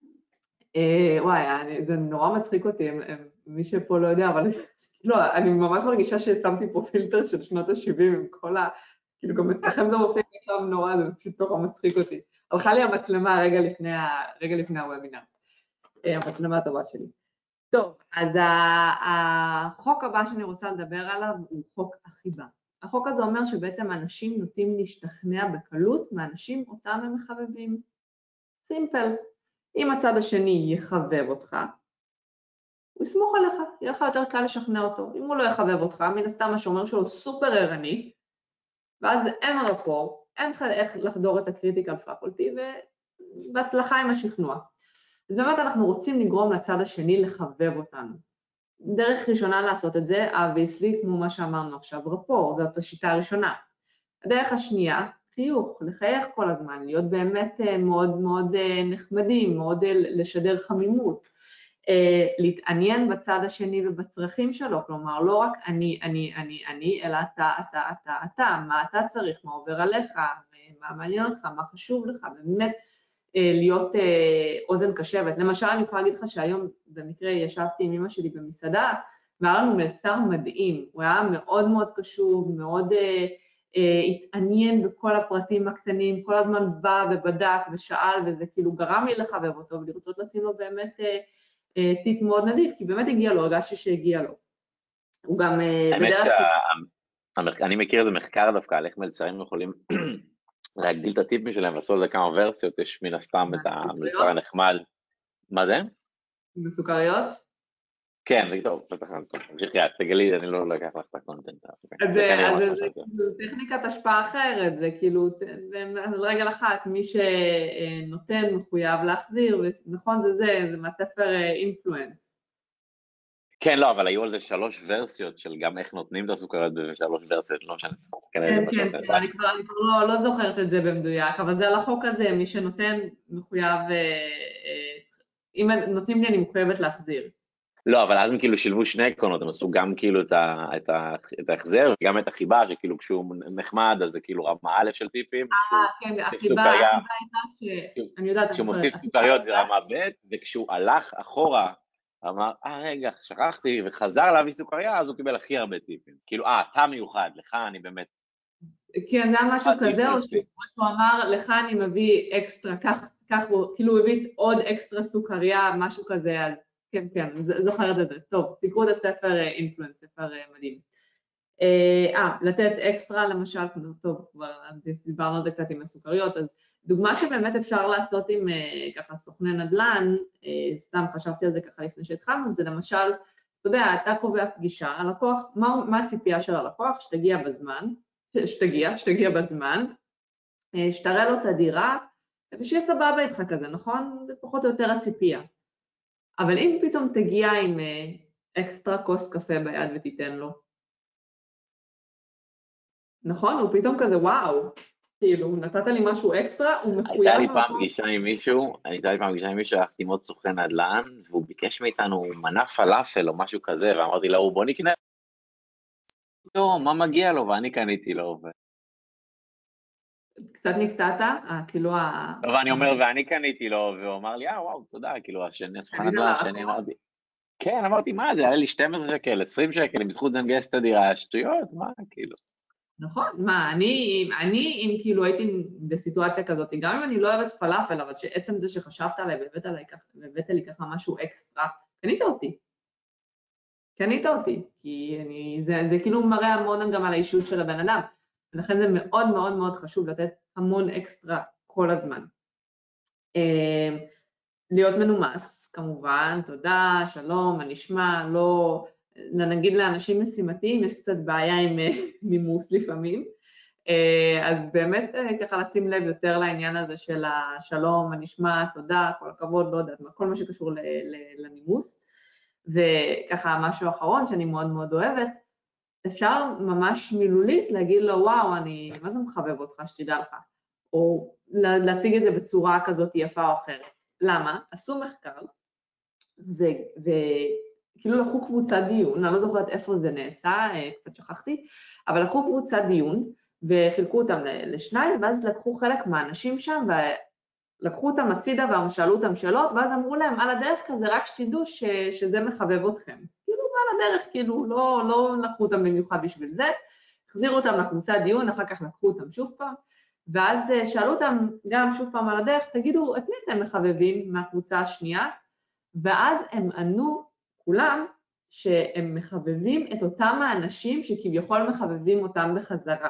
אה, וואי, אני, זה נורא מצחיק אותי, הם, הם, מי שפה לא יודע, אבל לא, אני ממש מרגישה ששמתי פה פילטר של שנות ה-שבעים עם כל ה... כאילו גם אצלכם זה מופיע עכשיו נורא, זה פשוט נורא מצחיק אותי. הלכה לי המצלמה רגע לפני, רגע לפני הוובינר, המצלמה הטובה שלי. טוב, אז החוק הבא שאני רוצה לדבר עליו הוא חוק החיבה. החוק הזה אומר שבעצם אנשים נוטים להשתכנע בקלות מאנשים אותם הם מחבבים. סימפל. אם הצד השני יחבב אותך, הוא יסמוך עליך, יהיה לך יותר קל לשכנע אותו. אם הוא לא יחבב אותך, מן הסתם השומר שלו סופר ערני, ואז אין רפור, אין לך איך לחדור את הקריטיקל פקולטי, ובהצלחה עם השכנוע. אז באמת אנחנו רוצים לגרום לצד השני לחבב אותנו. דרך ראשונה לעשות את זה, obviously, כמו מה שאמרנו עכשיו, רפור, זאת השיטה הראשונה. הדרך השנייה, חיוך, לחייך כל הזמן, להיות באמת מאוד מאוד נחמדים, מאוד לשדר חמימות, להתעניין בצד השני ובצרכים שלו, כלומר לא רק אני, אני, אני, אני, אלא אתה, אתה, אתה, אתה, מה אתה צריך, מה עובר עליך, מה מעניין אותך, מה חשוב לך, באמת להיות אוזן קשבת. למשל אני יכולה להגיד לך שהיום במקרה ישבתי עם אמא שלי במסעדה, והיה לנו מלצר מדהים, הוא היה מאוד מאוד קשוב, מאוד התעניין בכל הפרטים הקטנים, כל הזמן בא ובדק ושאל, וזה כאילו גרם לי לחבב אותו, ולרצות לשים לו באמת טיפ מאוד נדיב, כי באמת הגיע לו, הרגשתי שהגיע לו. הוא גם בדרך...
אני מכיר איזה מחקר דווקא על איך מלצרים יכולים להגדיל את הטיפים שלהם, ועשו על זה כמה ורסיות, יש מן הסתם את המלצר הנחמד. מה זה?
מסוכריות?
כן, זה טוב, תמשיכי, תגלי, אני לא לקח לך את הקונטנט.
אז זה טכניקת השפעה אחרת, זה כאילו, על רגל אחת, מי שנותן מחויב להחזיר, ונכון זה זה, זה מהספר אינפלואנס.
כן, לא, אבל היו על זה שלוש ורסיות של גם איך נותנים את הסוכריות בשלוש ורסיות, לא משנה.
כן, כן, אני כבר לא זוכרת את זה במדויק, אבל זה על החוק הזה, מי שנותן מחויב, אם נותנים לי אני מחויבת להחזיר.
לא, אבל אז הם כאילו שילבו שני עקרונות, הם עשו גם כאילו את ההחזר, וגם את החיבה, שכאילו כשהוא נחמד, אז זה כאילו רמה א' של טיפים.
אה, כן, החיבה הייתה שאני יודעת...
כשהוא מוסיף סוכריות זה רמה ב', וכשהוא הלך אחורה, אמר, אה רגע, שכחתי, וחזר להביא סוכריה, אז הוא קיבל הכי הרבה טיפים. כאילו, אה, אתה מיוחד, לך אני באמת...
כן, זה היה משהו כזה, או שהוא אמר, לך אני מביא אקסטרה, כך הוא, כאילו הוא הביא עוד אקסטרה סוכריה, משהו כזה, אז כן, כן, זוכרת את זה. טוב, תקראו את הספר אינפלואנס, ספר מדהים. אה, לתת אקסטרה למשל, טוב, כבר דיברנו על זה קצת עם הסוכריות, אז דוגמה שבאמת אפשר לעשות עם ככה סוכני נדל"ן, סתם חשבתי על זה ככה לפני שהתחלנו, זה למשל, אתה יודע, אתה קובע פגישה, הלקוח, מה, מה הציפייה של הלקוח? שתגיע בזמן, שתגיע, שתגיע בזמן, שתראה לו את הדירה, ושיהיה סבבה איתך כזה, נכון? זה פחות או יותר הציפייה. אבל אם פתאום תגיע עם אקסטרה כוס קפה ביד ותיתן לו, נכון? הוא פתאום כזה, וואו, כאילו, נתת לי משהו אקסטרה, הוא מחויב...
הייתה לי פעם פגישה עם מישהו, הייתה לי פעם פגישה עם מישהו, הלכתי עם עוד סוכן נדל"ן, והוא ביקש מאיתנו מנה פלאפל או משהו כזה, ואמרתי לו, בוא נקנה. לא, מה מגיע לו? ואני קניתי לו.
קצת נקטעת? כאילו ה...
ואני אומר, ואני קניתי לו, והוא אמר לי, אה, וואו, תודה, כאילו, השני, הסוכן נדל"ן, השני אמרתי, כן, אמרתי, מה, זה היה לי שנים עשר שקל, עשרים שקל, אם בזכות זה נגייס את הדירה, שטויות, מה, כאילו.
נכון, מה, אני, אני אם כאילו הייתי בסיטואציה כזאת, גם אם אני לא אוהבת פלאפל, אבל שעצם זה שחשבת עליי והבאת עליי ככה, והבאת לי ככה משהו אקסטרה, קנית אותי. קנית אותי, כי אני, זה, זה כאילו מראה המון גם על האישות של הבן אדם, ולכן זה מאוד מאוד מאוד חשוב לתת המון אקסטרה כל הזמן. להיות מנומס, כמובן, תודה, שלום, מה נשמע, לא, נגיד לאנשים משימתיים, יש קצת בעיה עם נימוס לפעמים, אז באמת ככה לשים לב יותר לעניין הזה של השלום, מה נשמע, תודה, כל הכבוד, לא יודעת, כל מה שקשור לנימוס, וככה משהו אחרון שאני מאוד מאוד אוהבת, אפשר ממש מילולית להגיד לו, וואו, אני, מה זה מחבב אותך, שתדע לך, או להציג את זה בצורה כזאת יפה או אחרת. למה? עשו מחקר, וכאילו לקחו קבוצת דיון, אני לא זוכרת איפה זה נעשה, קצת שכחתי, אבל לקחו קבוצת דיון, וחילקו אותם לשניים, ואז לקחו חלק מהאנשים שם, ולקחו אותם הצידה, ושאלו אותם שאלות, ואז אמרו להם, על הדרך כזה, רק שתדעו ש, שזה מחבב אתכם. כאילו, על הדרך, כאילו, לא, לא לקחו אותם במיוחד בשביל זה, החזירו אותם לקבוצת דיון, אחר כך לקחו אותם שוב פעם, ואז שאלו אותם גם שוב פעם על הדרך, תגידו, את מי אתם מחבבים מהקבוצה השנייה? ואז הם ענו כולם שהם מחבבים את אותם האנשים שכביכול מחבבים אותם בחזרה.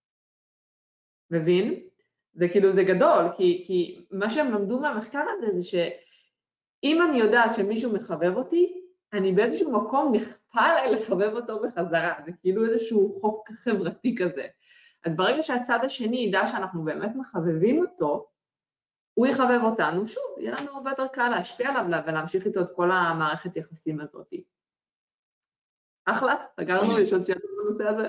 מבין? זה כאילו, זה גדול, כי, כי מה שהם למדו מהמחקר הזה זה שאם אני יודעת שמישהו מחבב אותי, אני באיזשהו מקום נכפה עליי לחבב אותו בחזרה, זה כאילו איזשהו חוק חברתי כזה. אז ברגע שהצד השני ידע שאנחנו באמת מחבבים אותו, הוא יחבב אותנו, שוב, יהיה לנו הרבה יותר קל להשפיע עליו ולהמשיך איתו את כל המערכת יחסים הזאת. אחלה, סגרנו, יש עוד שאלות בנושא הזה?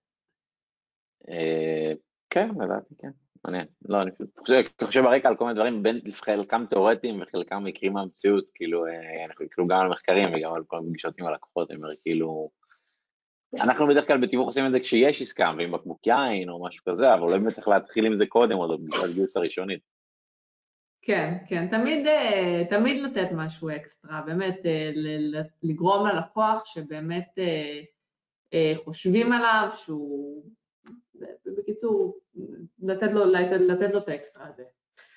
כן, לדעתי, כן. מעניין. לא, אני חושב ברקע על כל מיני דברים, בין חלקם תיאורטיים וחלקם מקרים מהמציאות, כאילו, אנחנו כאילו גם על מחקרים וגם על כל מיני פגישות עם הלקוחות, אני אומר, כאילו, אנחנו בדרך כלל בתיווך עושים את זה כשיש עסקה, ועם בקבוק יין או משהו כזה, אבל אולי באמת צריך להתחיל עם זה קודם, או בפגישת גיוס הראשונית.
כן, כן, תמיד, תמיד לתת משהו אקסטרה, באמת לגרום ללקוח שבאמת חושבים עליו, שהוא, בקיצור, לתת לו, לתת לו את האקסטרה הזה.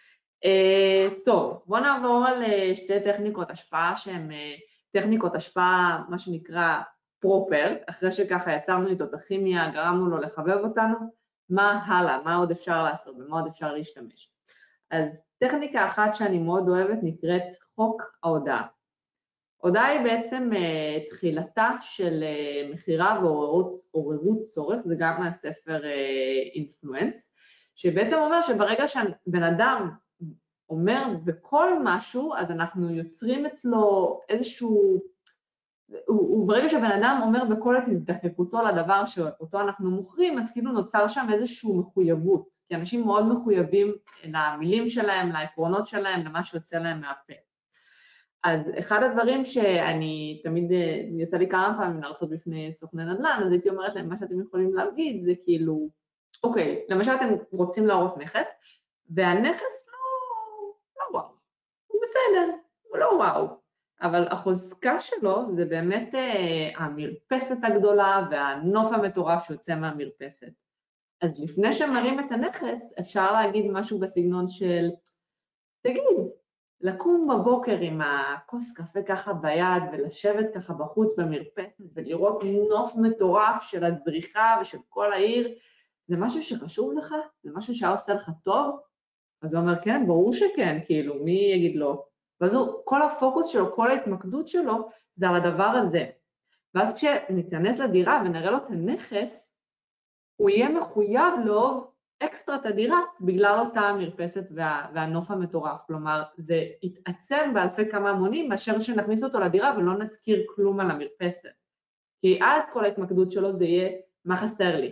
טוב, בואו נעבור על שתי טכניקות השפעה שהן טכניקות השפעה, מה שנקרא פרופר, אחרי שככה יצרנו איתו את הכימיה, גרמנו לו לחבב אותנו, מה הלאה, מה עוד אפשר לעשות, במה עוד אפשר להשתמש. אז טכניקה אחת שאני מאוד אוהבת נקראת חוק ההודעה. הודעה היא בעצם uh, תחילתה של uh, מחירה ועוררות צורך, זה גם מהספר אינפלואנס, uh, שבעצם אומר שברגע שבן אדם אומר בכל משהו, אז אנחנו יוצרים אצלו איזשהו, וברגע שבן אדם אומר בכל את הזדקקותו לדבר שאותו אנחנו מוכרים, אז כאילו נוצר שם איזשהו מחויבות, כי אנשים מאוד מחויבים למילים שלהם, לעקרונות שלהם, למה שיוצא להם מהפה. אז אחד הדברים שאני תמיד יצא לי כמה פעמים להרצות בפני סוכני נדל"ן, אז הייתי אומרת להם, מה שאתם יכולים להגיד זה כאילו, אוקיי, למשל אתם רוצים להראות נכס, והנכס לא, לא וואו, הוא בסדר, הוא לא וואו, אבל החוזקה שלו זה באמת uh, המרפסת הגדולה והנוף המטורף שיוצא מהמרפסת. אז לפני שמראים את הנכס, אפשר להגיד משהו בסגנון של, תגיד, לקום בבוקר עם הכוס קפה ככה ביד ולשבת ככה בחוץ במרפסת ולראות נוף מטורף של הזריחה ושל כל העיר, זה משהו שחשוב לך? זה משהו שעושה לך טוב? אז הוא אומר, כן, ברור שכן, כאילו, מי יגיד לא? ואז הוא, כל הפוקוס שלו, כל ההתמקדות שלו, זה על הדבר הזה. ואז כשניכנס לדירה ונראה לו את הנכס, הוא יהיה מחויב לו אקסטרה את הדירה, בגלל אותה מרפסת וה, והנוף המטורף. כלומר, זה יתעצם באלפי כמה מונים, מאשר שנכניס אותו לדירה ולא נזכיר כלום על המרפסת. כי אז כל ההתמקדות שלו זה יהיה, מה חסר לי?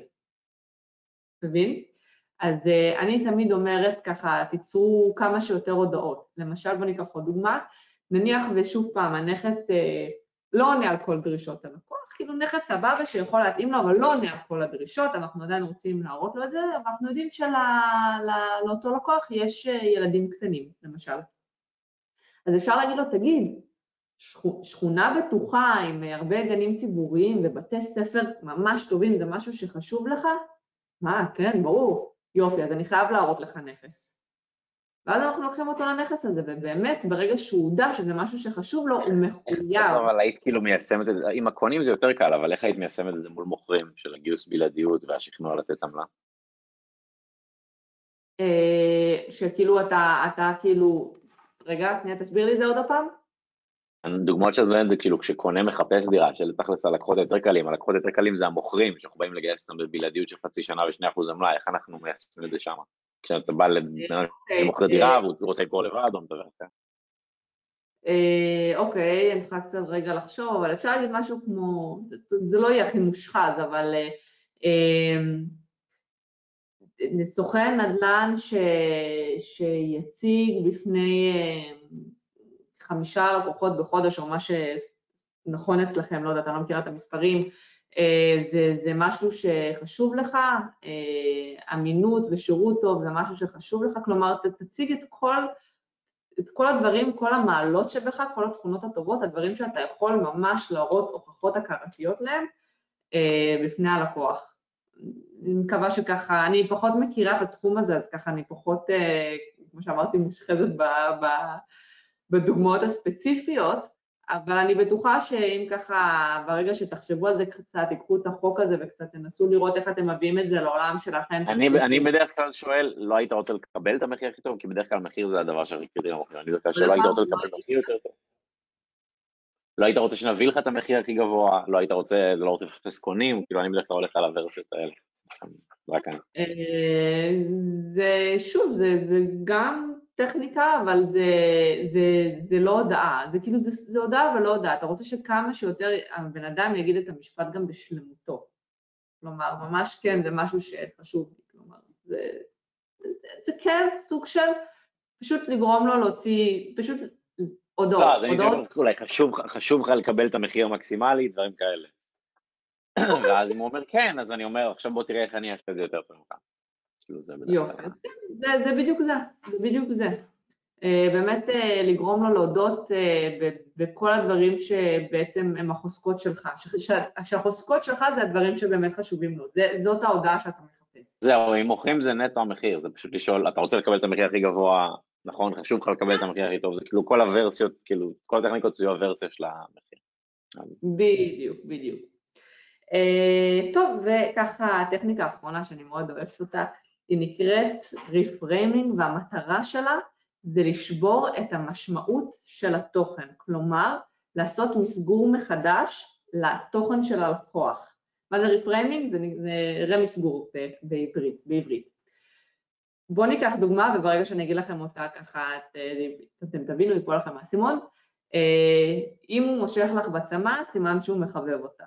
מבין? אז uh, אני תמיד אומרת ככה, תיצרו כמה שיותר הודעות. למשל, בוא ניקח עוד דוגמה, נניח ושוב פעם, הנכס uh, לא עונה על כל דרישות הלקוח, כאילו נכס סבבה שיכול להתאים לו, אבל לא עונה על כל הדרישות, אנחנו עדיין רוצים להראות לו את זה, אבל אנחנו יודעים שלאותו של, לקוח יש ילדים קטנים, למשל. אז אפשר להגיד לו, תגיד, שכונה בטוחה עם הרבה גנים ציבוריים ובתי ספר ממש טובים, זה משהו שחשוב לך? מה, כן, ברור. יופי, אז אני חייב להראות לך נכס. ואז אנחנו לוקחים אותו לנכס הזה, ובאמת, ברגע שהוא הודע שזה משהו שחשוב לו, הוא מחויב.
אבל היית כאילו מיישמת את זה, עם הקונים זה יותר קל, אבל איך היית מיישמת את זה מול מוכרים, של הגיוס בלעדיות והשכנוע לתת עמלה?
שכאילו אתה, אתה כאילו, רגע, שנייה, תסביר לי את זה עוד הפעם.
דוגמאות של זה זה כאילו כשקונה מחפש דירה, שלתכלס הלקוחות היותר קלים, הלקוחות היותר קלים זה המוכרים, שאנחנו באים לגייס אותם בבלעדיות של חצי שנה ושני אחוז עמלה, איך אנחנו מיישמים את זה שם? כשאתה בא למוכר דירה והוא רוצה לקרוא לבד או מדבר ככה.
אוקיי, אני צריכה קצת רגע לחשוב, אבל אפשר להגיד משהו כמו, זה לא יהיה הכי מושחז, אבל סוכן נדל"ן שיציג בפני חמישה לקוחות בחודש, או מה שנכון אצלכם, לא יודעת, אני לא מכירה את המספרים, זה, זה משהו שחשוב לך, אמינות ושירות טוב, זה משהו שחשוב לך, כלומר, תציג את כל, את כל הדברים, כל המעלות שבך, כל התכונות הטובות, הדברים שאתה יכול ממש להראות הוכחות הכרתיות להם, בפני הלקוח. אני מקווה שככה, אני פחות מכירה את התחום הזה, אז ככה אני פחות, כמו שאמרתי, מושחזת ב, ב, בדוגמאות הספציפיות, אבל אני בטוחה שאם ככה, ברגע שתחשבו על זה קצת, תיקחו את החוק הזה וקצת תנסו לראות איך אתם מביאים את זה לעולם שלכם.
אני, אני בדרך כלל שואל, לא היית רוצה לקבל את המחיר הכי טוב? כי בדרך כלל מחיר זה הדבר שהכי קריטי למחיר. אני בדרך כלל שלא היית רוצה לקבל מחיר יותר טוב. לא היית רוצה שנביא לך את המחיר הכי גבוה, לא היית רוצה, לא רוצה לפספס קונים, כאילו אני בדרך כלל הולך על הוורסיות האלה. רק אני.
זה, שוב, זה, זה גם טכניקה, אבל זה, זה, זה לא הודעה, זה כאילו, זה, זה הודעה אבל לא הודעה, אתה רוצה שכמה שיותר הבן אדם יגיד את המשפט גם בשלמותו, כלומר, ממש כן, זה משהו שחשוב, כלומר, זה, זה כן סוג של, פשוט לגרום לו להוציא, פשוט הודעות.
לא, אז אני חושב, אולי חשוב לך לקבל את המחיר המקסימלי, דברים כאלה. ואז אם הוא אומר כן, אז אני אומר, עכשיו בוא תראה איך אני אעשה את זה יותר טוב.
יופי, זה בדיוק זה, זה בדיוק זה. באמת לגרום לו להודות בכל הדברים שבעצם הם החוזקות שלך, שהחוזקות שלך זה הדברים שבאמת חשובים לו, זאת ההודעה שאתה מחפש.
זהו, אם מוכרים זה נטו המחיר, זה פשוט לשאול, אתה רוצה לקבל את המחיר הכי גבוה, נכון, חשוב לך לקבל את המחיר הכי טוב, זה כאילו כל הוורסיות, כאילו כל הטכניקות זו הוורסיה של המחיר.
בדיוק, בדיוק. טוב, וככה הטכניקה האחרונה שאני מאוד אוהבת אותה, היא נקראת ריפריימינג, והמטרה שלה זה לשבור את המשמעות של התוכן, כלומר, לעשות מסגור מחדש לתוכן של הלקוח. מה זה ריפריימינג? זה, זה רמסגור בעברית, בעברית. בואו ניקח דוגמה, וברגע שאני אגיד לכם אותה ככה, את, אתם תבינו, ייפול לכם מהסימון, אם הוא מושך לך בצמא, סימן שהוא מחבב אותך.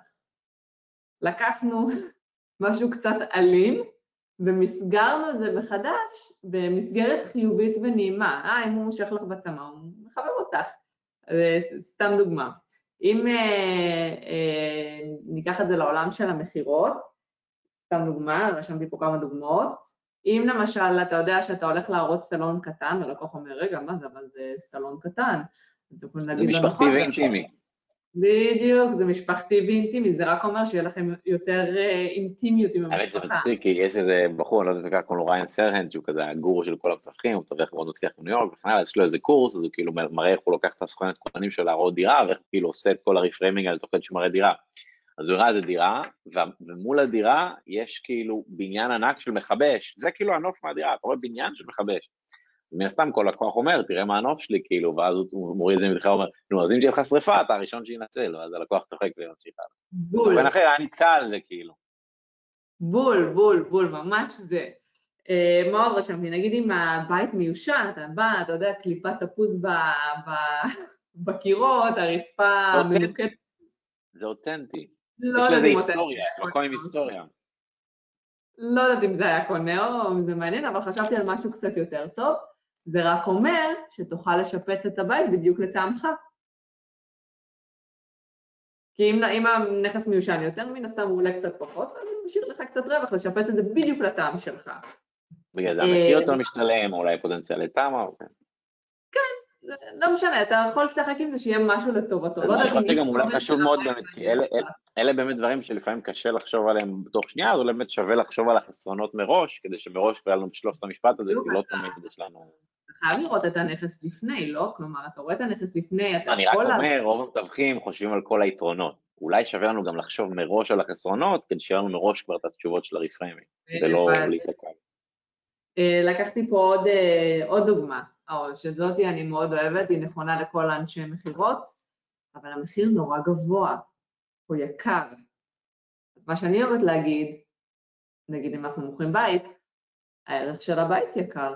לקחנו משהו קצת אלים, ומסגרנו את זה מחדש במסגרת חיובית ונעימה. אה, אם הוא מושך לך בצמא, הוא מחבב אותך. סתם דוגמה. אם אה, אה, ניקח את זה לעולם של המחירות, סתם דוגמה, רשמתי פה כמה דוגמאות. אם למשל אתה יודע שאתה הולך להראות סלון קטן, ולקוח אומר, רגע, מה זה? אבל זה סלון קטן.
זה משפחתי ואינטימי.
בדיוק, זה משפחתי ואינטימי, זה רק אומר שיהיה לכם יותר אינטימיות עם המשפחה.
האמת זה מצחיק, כי יש איזה בחור, אני לא יודע קוראים לו ריין סרהנד, שהוא כזה הגורו של כל המתווכים, הוא תווך מאוד מצליח בניו יורק, וכן יש לו איזה קורס, אז הוא כאילו מראה איך הוא לוקח את הסוכנת כוננים שלו להראות דירה, ואיך כאילו עושה את כל הריפריימינג על תוכן שהוא מראה דירה. אז הוא הראה איזה דירה, ומול הדירה יש כאילו בניין ענק של מחבש, זה כאילו הנוף מהדירה, אתה רואה בניין של מחבש. מן הסתם כל לקוח אומר, תראה מה הנוף שלי, כאילו, ואז הוא מוריד את זה מתחילה, אומר, נו, אז אם תהיה לך שריפה, אתה הראשון שינצל, ואז הלקוח צוחק וממשיך הלאה. בסופן אחר, היה נתקע על זה, כאילו.
בול, בול, בול, ממש זה. מה עוד רשמתי? נגיד אם הבית מיושן, אתה בא, אתה יודע, קליפת תפוז בקירות, הרצפה מנוקת.
זה אותנטי. יש לזה היסטוריה, מקום עם היסטוריה.
לא יודעת אם זה היה קונה או אם זה מעניין, אבל חשבתי על משהו קצת יותר טוב. זה רק אומר שתוכל לשפץ את הבית בדיוק לטעמך. כי אם, אם הנכס מיושן יותר, מן הסתם הוא עולה קצת פחות, אז הוא משאיר לך קצת רווח לשפץ את זה בדיוק לטעם שלך.
בגלל זה המחיר יותר משתלם, אולי פוטנציאל לטעם, או כן.
כן, לא משנה, אתה יכול לשחק עם זה שיהיה משהו לטובתו. לא יודעת אם...
גם אולי חשוב מאוד באמת, כי אלה, אלה באמת דברים שלפעמים קשה לחשוב עליהם בתוך שנייה, אז אולי באמת שווה לחשוב על החסרונות מראש, כדי שמראש כבר לנו בשלוף את המשפט הזה, כי לא תמיד יש לנו...
אתה חייב לראות את הנכס לפני, לא? כלומר, אתה רואה את הנכס לפני, אתה
אני רק אומר, רוב המתווכים חושבים על כל היתרונות. אולי שווה לנו גם לחשוב מראש על החסרונות, כדי שיהיה לנו מראש כבר את התשובות של הריפריימינג, ולא להתעכב.
לקחתי פה עוד, עוד דוגמה. או שזאתי אני מאוד אוהבת, היא נכונה לכל האנשי מחירות, אבל המחיר נורא גבוה, הוא יקר. אז מה שאני אוהבת להגיד, נגיד אם אנחנו מוכרים בית, הערך של הבית יקר.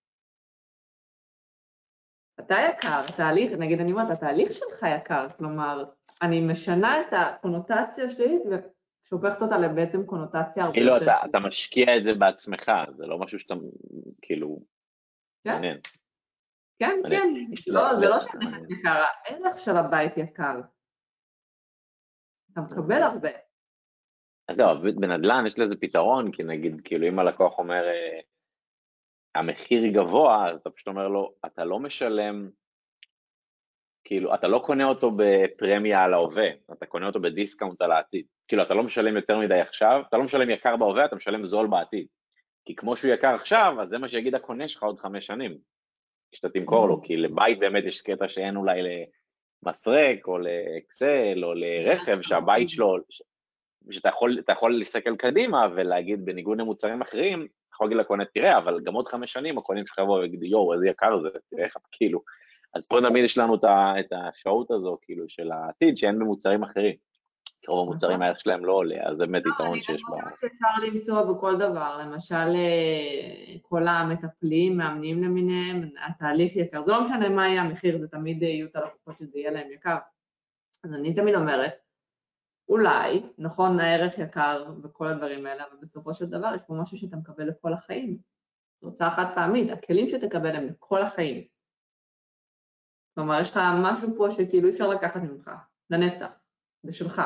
אתה יקר, התהליך, נגיד אני אומרת, התהליך שלך יקר, כלומר, אני משנה את הקונוטציה שלילית ושופכת אותה לבעצם קונוטציה הרבה
כאילו
יותר.
אתה, אתה משקיע את זה בעצמך, זה לא משהו שאתה, כאילו,
כן?
מעניין.
כן,
מעניין.
כן, לא,
ל-
זה
ל-
לא שהנכס יקר, הערך של הבית יקר. אתה מקבל הרבה.
אז זהו, בנדל"ן יש לזה פתרון, כי נגיד, כאילו אם הלקוח אומר, אה, המחיר גבוה, אז אתה פשוט אומר לו, אתה לא משלם, כאילו, אתה לא קונה אותו בפרמיה על ההווה, אתה קונה אותו בדיסקאונט על העתיד. כאילו, אתה לא משלם יותר מדי עכשיו, אתה לא משלם יקר בהווה, אתה משלם זול בעתיד. כי כמו שהוא יקר עכשיו, אז זה מה שיגיד הקונה שלך עוד חמש שנים, כשאתה תמכור לו, כי לבית באמת יש קטע שאין אולי למסרק, או לאקסל, או לרכב, שהבית שלו, שאתה יכול, אתה יכול להסתכל קדימה ולהגיד, בניגוד למוצרים אחרים, אתה יכול להגיד לקונה, תראה, אבל גם עוד חמש שנים הקונים שלך יבואו ויגידו, יואו, איזה יקר זה, תראה איך, כאילו. אז פה תמיד יש לנו את השעות הזו, כאילו, של העתיד, שאין במוצרים אחרים. רוב המוצרים הערך שלהם לא עולה, אז זה באמת יתרון שיש בה.
אני חושבת שאפשר למצוא בכל דבר, למשל כל המטפלים, מאמנים למיניהם, התהליך יקר, זה לא משנה מה יהיה המחיר, זה תמיד יהיו את הלקוחות שזה יהיה להם יקר. אז אני תמיד אומרת, אולי, נכון, הערך יקר וכל הדברים האלה, אבל בסופו של דבר יש פה משהו שאתה מקבל לכל החיים. זו הוצאה חד פעמית, הכלים שתקבל הם לכל החיים. כלומר, יש לך משהו פה שכאילו אי אפשר לקחת ממך, לנצח, זה שלך.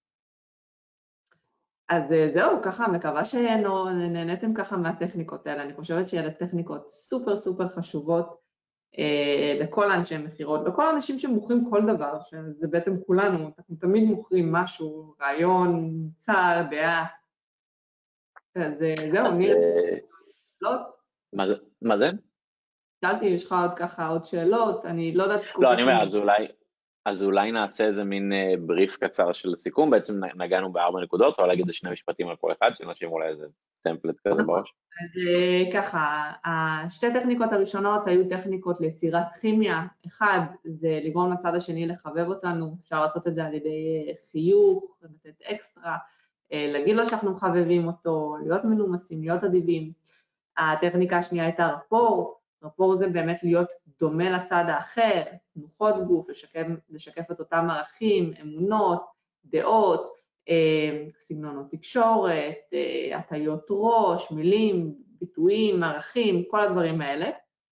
אז זהו, ככה, מקווה שנהנתם ככה מהטכניקות האלה. אני חושבת שאלה טכניקות סופר סופר חשובות אה, לכל האנשי מחירות, לכל האנשים שמוכרים כל דבר, שזה בעצם כולנו, אנחנו תמיד מוכרים משהו, רעיון, מוצר, דעה. אז זהו,
אז
ניר,
אה,
שאלות?
מה זה? מה זה?
שאלתי, יש לך עוד ככה עוד שאלות? אני לא יודעת כל
לא,
כך...
אני אומר, אז אולי, אז אולי נעשה איזה מין אה, בריף קצר של סיכום, בעצם נגענו בארבע נקודות, או להגיד שני משפטים על כל אחד, שאנשים אולי איזה טמפלט כזה בראש.
אז ככה, השתי טכניקות הראשונות היו טכניקות ליצירת כימיה. אחד, זה לגרום לצד השני לחבב אותנו, אפשר לעשות את זה על ידי חיוך, לתת אקסטרה, להגיד לו שאנחנו מחבבים אותו, להיות מנומסים, להיות אדיבים. הטכניקה השנייה הייתה רפור, רפור זה באמת להיות דומה לצד האחר, תנוחות גוף, לשקף, לשקף את אותם ערכים, אמונות, דעות, סגנונות תקשורת, הטיות ראש, מילים, ביטויים, ערכים, כל הדברים האלה.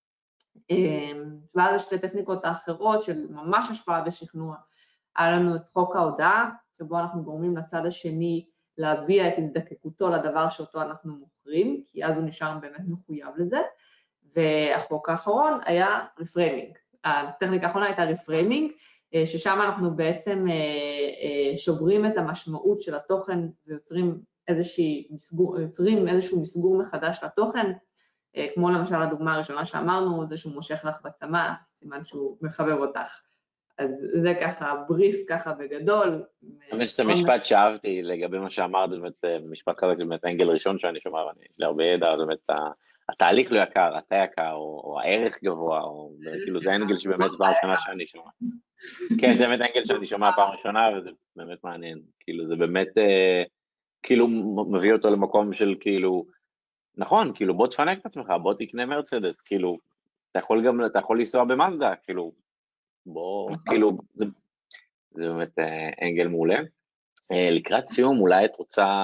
ואז שתי טכניקות האחרות של ממש השפעה ושכנוע. היה לנו את חוק ההודעה, שבו אנחנו גורמים לצד השני להביע את הזדקקותו לדבר שאותו אנחנו מוכרים, כי אז הוא נשאר באמת מחויב לזה. והחוק האחרון היה רפריימינג. הטכניקה האחרונה הייתה רפריימינג, ששם אנחנו בעצם שוברים את המשמעות של התוכן ויוצרים איזושהי מסגור, יוצרים איזשהו מסגור מחדש לתוכן, כמו למשל הדוגמה הראשונה שאמרנו, זה שהוא מושך לך בצמא, סימן שהוא מחבב אותך. אז זה ככה, בריף ככה בגדול.
אני חושב שזה משפט שאהבתי לגבי מה שאמרת, זה באמת משפט חזק, זה באמת אנגל ראשון שאני שומע, ואני יש לי הרבה ידע, זה באמת התהליך לא יקר, אתה יקר, או הערך גבוה, או כאילו זה אנגל שבאמת פעם ראשונה שאני שומע. כן, זה באמת אנגל שאני שומע פעם ראשונה, וזה באמת מעניין. כאילו זה באמת, כאילו מביא אותו למקום של כאילו, נכון, כאילו בוא תפנק את עצמך, בוא תקנה מרצדס, כאילו, אתה יכול גם, אתה יכול לנסוע במאזדה, כאילו, בוא, כאילו, זה, זה באמת אנגל מעולה. לקראת סיום, אולי את רוצה,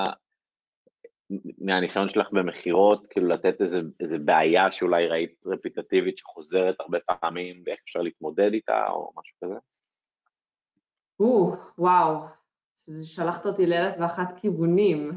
מהניסיון שלך במחירות, כאילו לתת איזה, איזה בעיה שאולי ראית רפיטטיבית שחוזרת הרבה פעמים, ואיך אפשר להתמודד איתה, או משהו כזה?
או, וואו, שלחת אותי לאלף ואחת כיוונים.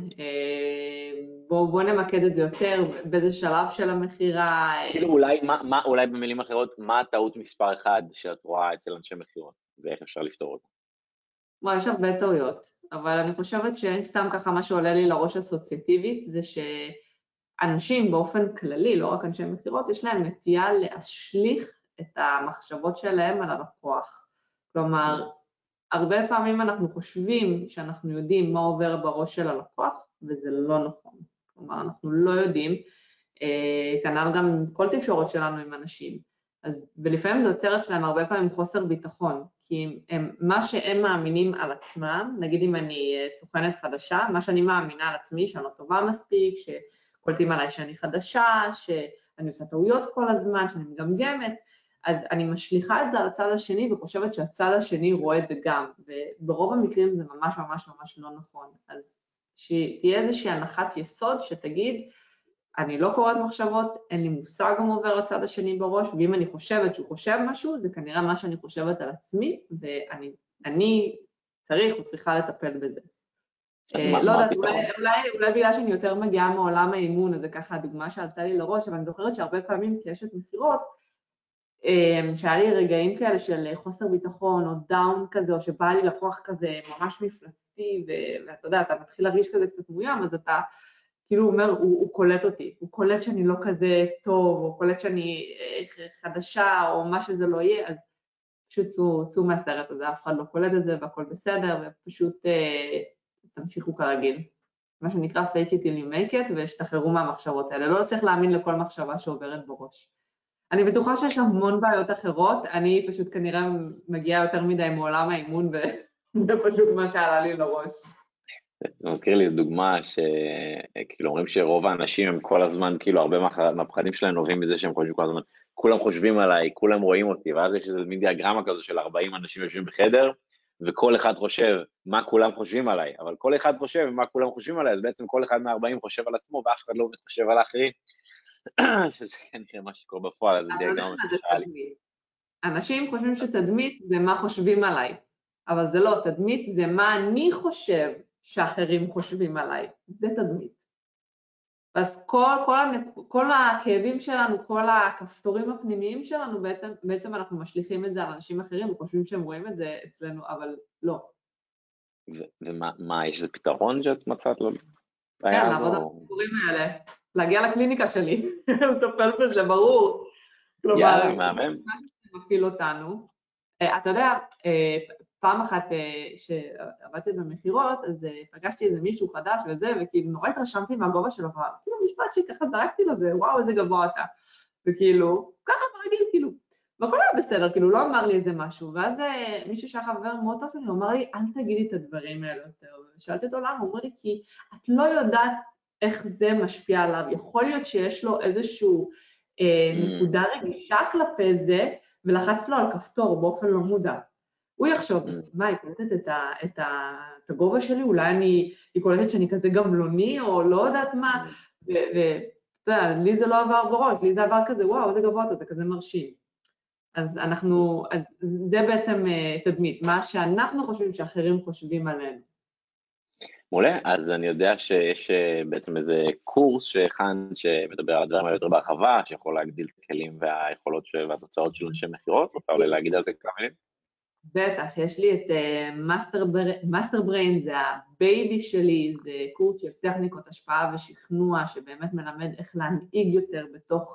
בואו בוא נמקד את זה יותר, באיזה שלב של המחירה.
כאילו אולי, מה, מה, אולי במילים אחרות, מה הטעות מספר אחד שאת רואה אצל אנשי מחירות, ואיך אפשר לפתור אותה?
וואו, יש הרבה טעויות, אבל אני חושבת שסתם ככה מה שעולה לי לראש אסוציאטיבית, זה שאנשים באופן כללי, לא רק אנשי מחירות, יש להם נטייה להשליך את המחשבות שלהם על הלקוח. כלומר, הרבה פעמים אנחנו חושבים שאנחנו יודעים מה עובר בראש של הלקוח, וזה לא נכון. כלומר, אנחנו לא יודעים, כנ"ל גם כל תקשורת שלנו עם אנשים. אז, ולפעמים זה יוצר אצלם הרבה פעמים חוסר ביטחון, כי הם, הם, מה שהם מאמינים על עצמם, נגיד אם אני סוכנת חדשה, מה שאני מאמינה על עצמי, שאני לא טובה מספיק, שקולטים עליי שאני חדשה, שאני עושה טעויות כל הזמן, שאני מגמגמת, אז אני משליחה את זה על הצד השני וחושבת שהצד השני רואה את זה גם, וברוב המקרים זה ממש ממש ממש לא נכון. אז שתהיה איזושהי הנחת יסוד שתגיד, אני לא קוראת מחשבות, אין לי מושג גם עובר לצד השני בראש, ואם אני חושבת שהוא חושב משהו, זה כנראה מה שאני חושבת על עצמי, ואני אני צריך או צריכה לטפל בזה.
אז
אה,
מה,
לא
מה
יודעת,
הפתרון?
אולי, אולי, אולי בגלל שאני יותר מגיעה מעולם האימון, אז זה ככה הדוגמה שעלתה לי לראש, אבל אני זוכרת שהרבה פעמים כאשת מכירות, שהיה לי רגעים כאלה של חוסר ביטחון או דאון כזה, או שבא לי לקוח כזה ממש מפלצתי, ואתה יודע, אתה מתחיל להרגיש כזה קצת מאוים, אז אתה כאילו אומר, הוא, הוא קולט אותי, הוא קולט שאני לא כזה טוב, או קולט שאני חדשה, או מה שזה לא יהיה, אז פשוט צאו, צאו מהסרט הזה, אף אחד לא קולט את זה, והכל בסדר, ופשוט אה, תמשיכו כרגיל. מה שנקרא fake it till you make it, ושתחררו מהמחשבות האלה. לא צריך להאמין לכל מחשבה שעוברת בראש. אני בטוחה שיש המון בעיות אחרות, אני פשוט כנראה מגיעה יותר מדי מעולם האימון, וזה פשוט מה שעלה לי לראש.
זה מזכיר לי דוגמה שכאילו אומרים שרוב האנשים הם כל הזמן, כאילו הרבה מהפחדים שלהם נובעים מזה שהם חושבים כל הזמן, כולם חושבים עליי, כולם רואים אותי, ואז יש איזה מין דיאגרמה כזו של ארבעים אנשים יושבים בחדר, וכל אחד חושב מה כולם חושבים עליי, אבל כל אחד חושב מה כולם חושבים עליי, אז בעצם כל אחד מה-ארבעים חושב על עצמו, ואף אחד לא חושב על האחרים, שזה כנראה מה שקורה בפועל, זה דיאגרמה ששאלה לי.
אנשים חושבים שתדמית זה מה חושבים עליי, אבל זה לא, תדמית זה מה אני חושב שאחרים חושבים עליי, זה תדמית. אז כל, כל, כל הכאבים שלנו, כל הכפתורים הפנימיים שלנו, בעצם, בעצם אנחנו משליכים את זה על אנשים אחרים, וחושבים שהם רואים את זה אצלנו, אבל לא.
ומה, מה, יש איזה פתרון שאת מצאת לו?
כן, לעבוד על הסיפורים האלה, להגיע לקליניקה שלי, לטפל בזה, ברור.
יאללה, מהמם.
מפעיל אותנו. אתה יודע, פעם אחת שעבדתי במכירות, אז פגשתי איזה מישהו חדש וזה, וכאילו נורא התרשמתי מהגובה שלו, כאילו משפט שככה זרקתי לו זה, וואו, איזה גבוה אתה. וכאילו, ככה ברגיל, כאילו, והכל היה בסדר, כאילו, לא אמר לי איזה משהו, ואז מישהו שהיה חבר מאוד טוב לי, הוא אמר לי, אל תגידי את הדברים האלה יותר, ושאלתי אותו למה, הוא אומר לי, כי את לא יודעת איך זה משפיע עליו, יכול להיות שיש לו איזשהו נקודה רגישה כלפי זה, ולחץ לו על כפתור באופן לא מודע. הוא יחשוב, מה, היא קולטת את, ה, את, ה, את הגובה שלי? אולי אני, היא קולטת שאני כזה גמלוני, או לא יודעת מה, ואתה יודע, לי זה לא עבר בראש, לי זה עבר כזה, וואו, איזה גבוה, זה כזה מרשים. אז אנחנו, אז זה בעצם תדמית, מה שאנחנו חושבים שאחרים חושבים עלינו.
מעולה, אז אני יודע שיש בעצם איזה קורס שהכנת שמדבר על הדברים האלה יותר בהרחבה, שיכול להגדיל את הכלים והיכולות והתוצאות של אנשי מכירות, אתה עולה להגיד על זה כמה מילים?
בטח, יש לי את מאסטר בריין, זה הבייבי שלי, זה קורס של טכניקות השפעה ושכנוע, שבאמת מלמד איך להנהיג יותר בתוך,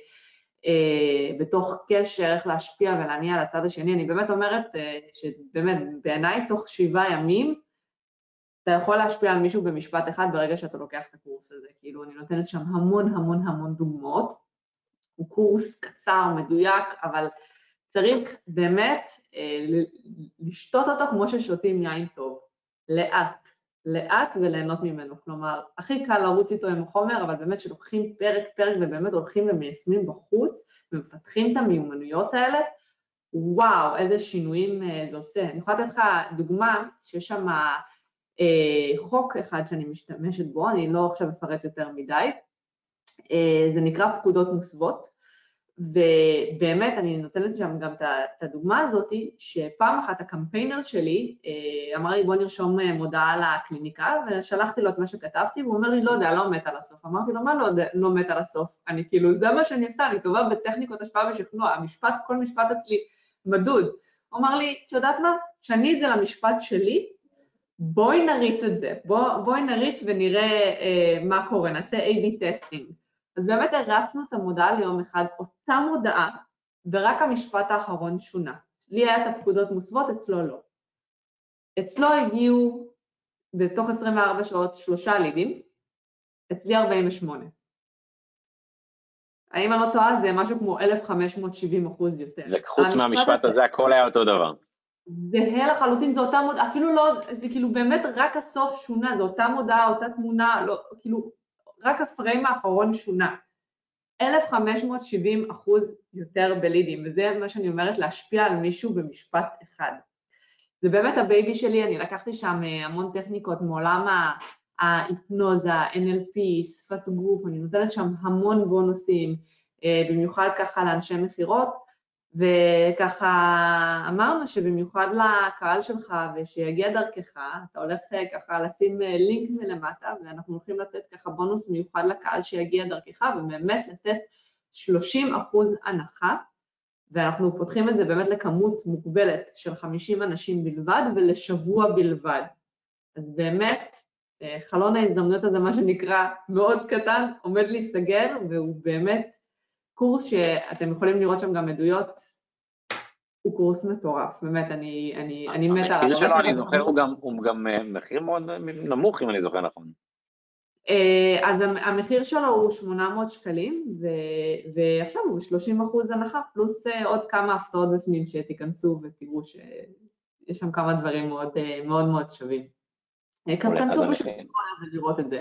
בתוך קשר, איך להשפיע ולהניע על הצד השני. אני באמת אומרת שבאמת בעיניי תוך שבעה ימים, אתה יכול להשפיע על מישהו במשפט אחד ברגע שאתה לוקח את הקורס הזה, כאילו אני נותנת שם המון המון המון דוגמאות, הוא קורס קצר, מדויק, אבל צריך באמת לשתות אותו כמו ששותים יין טוב, לאט, לאט וליהנות ממנו, כלומר, הכי קל לרוץ איתו עם החומר, אבל באמת שלוקחים פרק פרק ובאמת הולכים ומיישמים בחוץ, ומפתחים את המיומנויות האלה, וואו, איזה שינויים זה עושה. אני יכולה לתת לך דוגמה שיש שם חוק אחד שאני משתמשת בו, אני לא עכשיו אפרט יותר מדי, זה נקרא פקודות מוסוות, ובאמת אני נותנת שם גם את הדוגמה הזאת, שפעם אחת הקמפיינר שלי אמר לי בוא נרשום מודעה לקליניקה, ושלחתי לו את מה שכתבתי, והוא אומר לי לא יודע, לא מת על הסוף. אמרתי לו מה לא, לא מת על הסוף? אני כאילו, זה מה שאני עושה, אני טובה בטכניקות השפעה ושכנוע, המשפט, כל משפט אצלי מדוד. הוא אמר לי, שיודעת מה? תשני את זה למשפט שלי, בואי נריץ את זה, בוא, בואי נריץ ונראה אה, מה קורה, נעשה איי בי טסטינג. אז באמת הרצנו את המודעה ליום אחד, אותה מודעה, ורק המשפט האחרון שונה. לי היה את הפקודות מוסוות, אצלו לא. אצלו הגיעו בתוך עשרים וארבע שעות שלושה לידים, אצלי ארבעים ושמונה. האם אני לא טועה, זה משהו כמו אלף חמש מאות שבעים אחוז יותר.
וחוץ מהמשפט הזה, הכל היה אותו דבר.
זהה לחלוטין, זה אותה מודעה, אפילו לא, זה כאילו באמת רק הסוף שונה, זה אותה מודעה, אותה תמונה, לא, כאילו, רק הפריים האחרון שונה. אלף חמש מאות שבעים אחוז יותר בלידים, וזה מה שאני אומרת, להשפיע על מישהו במשפט אחד. זה באמת הבייבי שלי, אני לקחתי שם המון טכניקות מעולם ההיפנוזה, אן אל פי, שפת גוף, אני נותנת שם המון בונוסים, במיוחד ככה לאנשי מחירות, וככה אמרנו שבמיוחד לקהל שלך ושיגיע דרכך, אתה הולך ככה לשים לינק מלמטה, ואנחנו הולכים לתת ככה בונוס מיוחד לקהל שיגיע דרכך, ובאמת לתת שלושים אחוז הנחה, ואנחנו פותחים את זה באמת לכמות מוגבלת של חמישים אנשים בלבד, ולשבוע בלבד. אז באמת, חלון ההזדמנויות הזה, מה שנקרא מאוד קטן, עומד להיסגר, והוא באמת קורס שאתם יכולים לראות שם גם עדויות, הוא קורס מטורף, באמת, אני, אני, אני מתה.
המחיר שלו, אני זוכר, הוא גם, הוא גם מחיר מאוד נמוך, אם אני זוכר נכון.
אז המחיר שלו הוא שמונה מאות שקלים, ועכשיו הוא שלושים אחוז הנחה, פלוס עוד כמה הפתעות בפנים שתיכנסו ותראו שיש שם כמה דברים מאוד מאוד מאוד שווים. כנסו פשוט לראות את זה.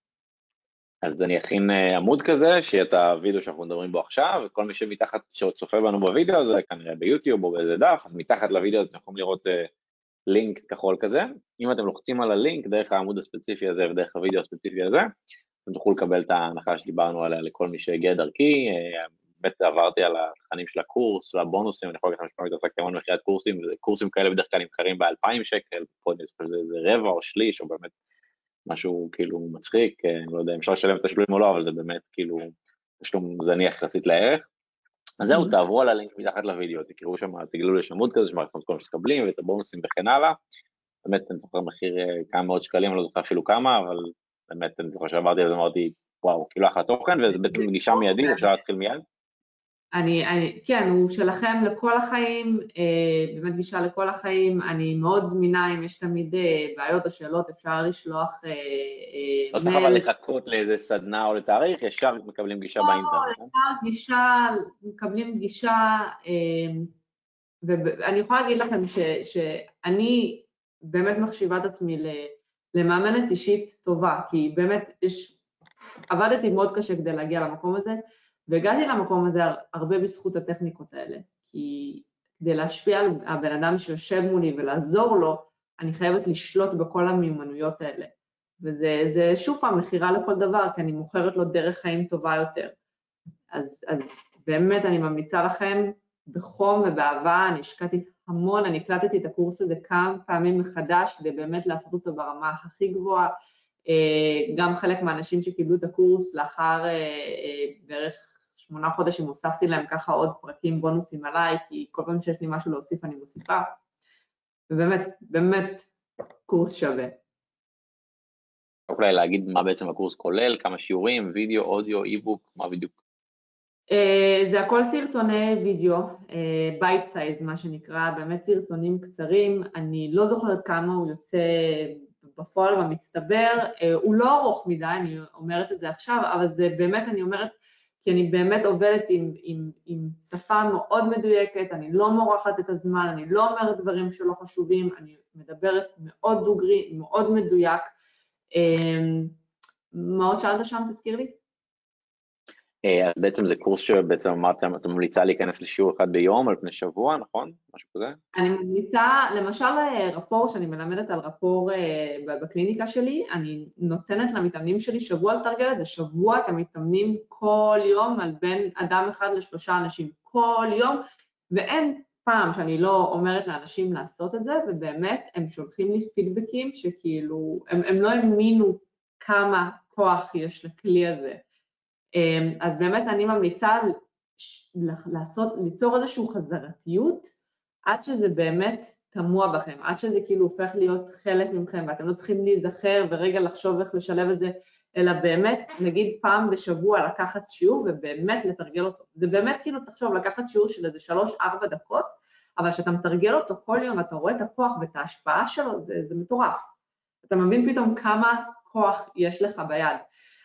אז אני אכין עמוד כזה, שיהיה את הוידאו שאנחנו מדברים בו עכשיו, וכל מי שמתחת, שצופה בנו בוידאו הזה, כנראה ביוטיוב או באיזה דף, אז מתחת לוידאו אתם יכולים לראות לינק כחול כזה. אם אתם לוחצים על הלינק דרך העמוד הספציפי הזה ודרך הוידאו הספציפי הזה, אתם תוכלו לקבל את ההנחה שדיברנו עליה לכל מי שהגיע דרכי. באמת עברתי על התכנים של הקורס, והבונוסים, אני יכול לקחת משפט מתעסק כמון מחיית קורסים, וקורסים כאלה בדרך כלל נמכרים ב-אלפיים שקל, פה זה רבע או שליש, או באמת משהו כאילו מצחיק, אני לא יודע אם אפשר לשלם את השלומים או לא, אבל זה באמת כאילו תשלום זניח יחסית לערך. אז זהו, תעברו על הלינק מתחת לוידאו, תקראו שם, תגלו יש עמוד כזה, שמראה את כל מה שתקבלים, ואת הבונוסים וכן הלאה. באמת, אני זוכר מחיר כמה מאות שקלים, אני לא זוכר אפילו כמה, אבל באמת, אני זוכר שעברתי על זה, אמרתי, וואו, כאילו אחלה תוכן, וזה בעצם גישה מיידית, אפשר להתחיל מיד.
אני, אני, כן, הוא שלכם לכל החיים, אה, באמת גישה לכל החיים, אני מאוד זמינה, אם יש תמיד אה, בעיות או שאלות, אפשר לשלוח אה, אה,
לא צריך אבל לחכות לאיזה סדנה או לתאריך, ישר מקבלים גישה
לא,
באינטרנט.
לא, ישר גישה, מקבלים גישה, אה, ואני יכולה להגיד לכם ש, שאני באמת מחשיבה את עצמי למאמנת אישית טובה, כי באמת יש, עבדתי מאוד קשה כדי להגיע למקום הזה, והגעתי למקום הזה הרבה בזכות הטכניקות האלה, כי כדי להשפיע על הבן אדם שיושב מולי ולעזור לו, אני חייבת לשלוט בכל המיומנויות האלה. וזה זה שוב פעם מחירה לכל דבר, כי אני מוכרת לו דרך חיים טובה יותר. אז, אז באמת אני ממליצה לכם בחום ובאהבה, אני השקעתי המון, אני הקלטתי את הקורס הזה כמה פעמים מחדש, כדי באמת לעשות אותו ברמה הכי גבוהה, גם חלק מהאנשים שקיבלו את הקורס לאחר בערך שמונה חודשים הוספתי להם ככה עוד פרקים בונוסים עליי, כי כל פעם שיש לי משהו להוסיף אני מוסיפה, ובאמת, באמת קורס שווה.
אולי להגיד מה בעצם הקורס כולל, כמה שיעורים, וידאו, אודיו, איבוק, מה בדיוק?
זה הכל סרטוני וידאו, בייט סייז מה שנקרא, באמת סרטונים קצרים, אני לא זוכרת כמה הוא יוצא בפועל במצטבר, הוא לא ארוך מדי, אני אומרת את זה עכשיו, אבל זה באמת, אני אומרת, כי אני באמת עובדת עם, עם, עם שפה מאוד מדויקת, אני לא מורחת את הזמן, אני לא אומרת דברים שלא חשובים, אני מדברת מאוד דוגרי, מאוד מדויק. מה עוד שאלת שם, תזכיר לי?
אז בעצם זה קורס שבעצם אמרתם, אתה ממליצה להיכנס לשיעור אחד ביום על פני שבוע, נכון? משהו כזה?
אני ממליצה, למשל רפור, שאני מלמדת על רפור בקליניקה שלי, אני נותנת למתאמנים שלי שבוע לתרגל את זה, שבוע אתם מתאמנים כל יום על בין אדם אחד לשלושה אנשים, כל יום, ואין פעם שאני לא אומרת לאנשים לעשות את זה, ובאמת הם שולחים לי פידבקים שכאילו, הם, הם לא האמינו כמה כוח יש לכלי הזה. אז באמת אני ממליצה לעשות, ליצור איזושהי חזרתיות, עד שזה באמת תמוע בכם, עד שזה כאילו הופך להיות חלק ממכם, ואתם לא צריכים להיזכר ורגע לחשוב איך לשלב את זה, אלא באמת, נגיד פעם בשבוע לקחת שיעור ובאמת לתרגל אותו. זה באמת כאילו תחשוב לקחת שיעור של איזה שלוש, ארבע דקות, אבל שאתה מתרגל אותו כל יום ואתה רואה את הכוח ואת ההשפעה שלו, זה, זה מטורף. אתה מבין פתאום כמה כוח יש לך ביד.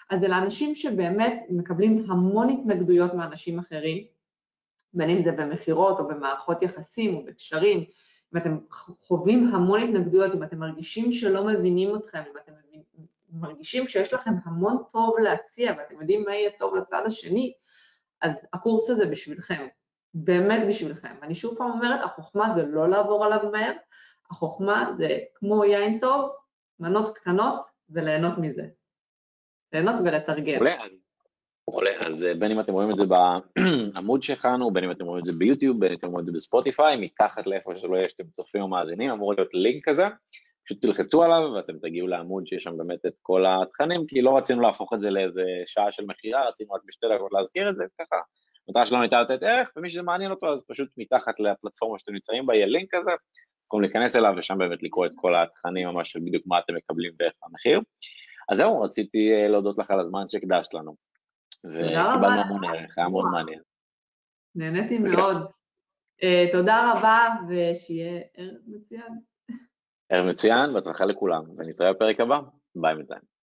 אז אלה אנשים שבאמת מקבלים המון התנגדויות מאנשים אחרים, בין אם זה במחירות או במערכות יחסים או בקשרים, אם אתם חווים המון התנגדויות, אם אתם מרגישים שלא מבינים אתכם, אם אתם מרגישים שיש לכם המון טוב להציע ואתם יודעים מה יהיה טוב לצד השני, אז הקורס הזה בשבילכם, באמת בשבילכם. אני שוב פעם אומרת, החוכמה זה לא לעבור עליו מהר, החוכמה זה כמו יין טוב, מנות קטנות וליהנות מזה. ליהנות ולתרגם.
עולה, אז, עולה, אז בין אם אתם רואים את זה בעמוד שלנו, בין אם אתם רואים את זה ביוטיוב, בין אם אתם רואים את זה בספוטיפיי, מתחת לאיפה שלא יש, אתם צופים או מאזינים, אמור להיות לינק כזה, פשוט תלחצו עליו ואתם תגיעו לעמוד שיש שם באמת את כל התכנים, כי לא רצינו להפוך את זה לאיזה שעה של מחירה, רצינו רק בשתי דקות להזכיר את זה, ככה. המטרה שלנו הייתה לתת ערך, ומי שזה מעניין אותו, אז פשוט מתחת לפלטפורמה שאתם נמצאים בה, יהיה לינק כזה, במקום להיכנס אליו, ושם באמת לקרוא את כל התכנים ממש של בדיוק מה אתם מקבלים ואיך המחיר. אז זהו, רציתי להודות לך על הזמן שהקדשת לנו. וקיבלנו המון ערך, היה מאוד מעניין.
נהניתי מאוד. תודה רבה, ושיהיה ערב מצוין.
ערב מצוין, והצלחה לכולם, ונתראה בפרק הבא. ביי בינתיים.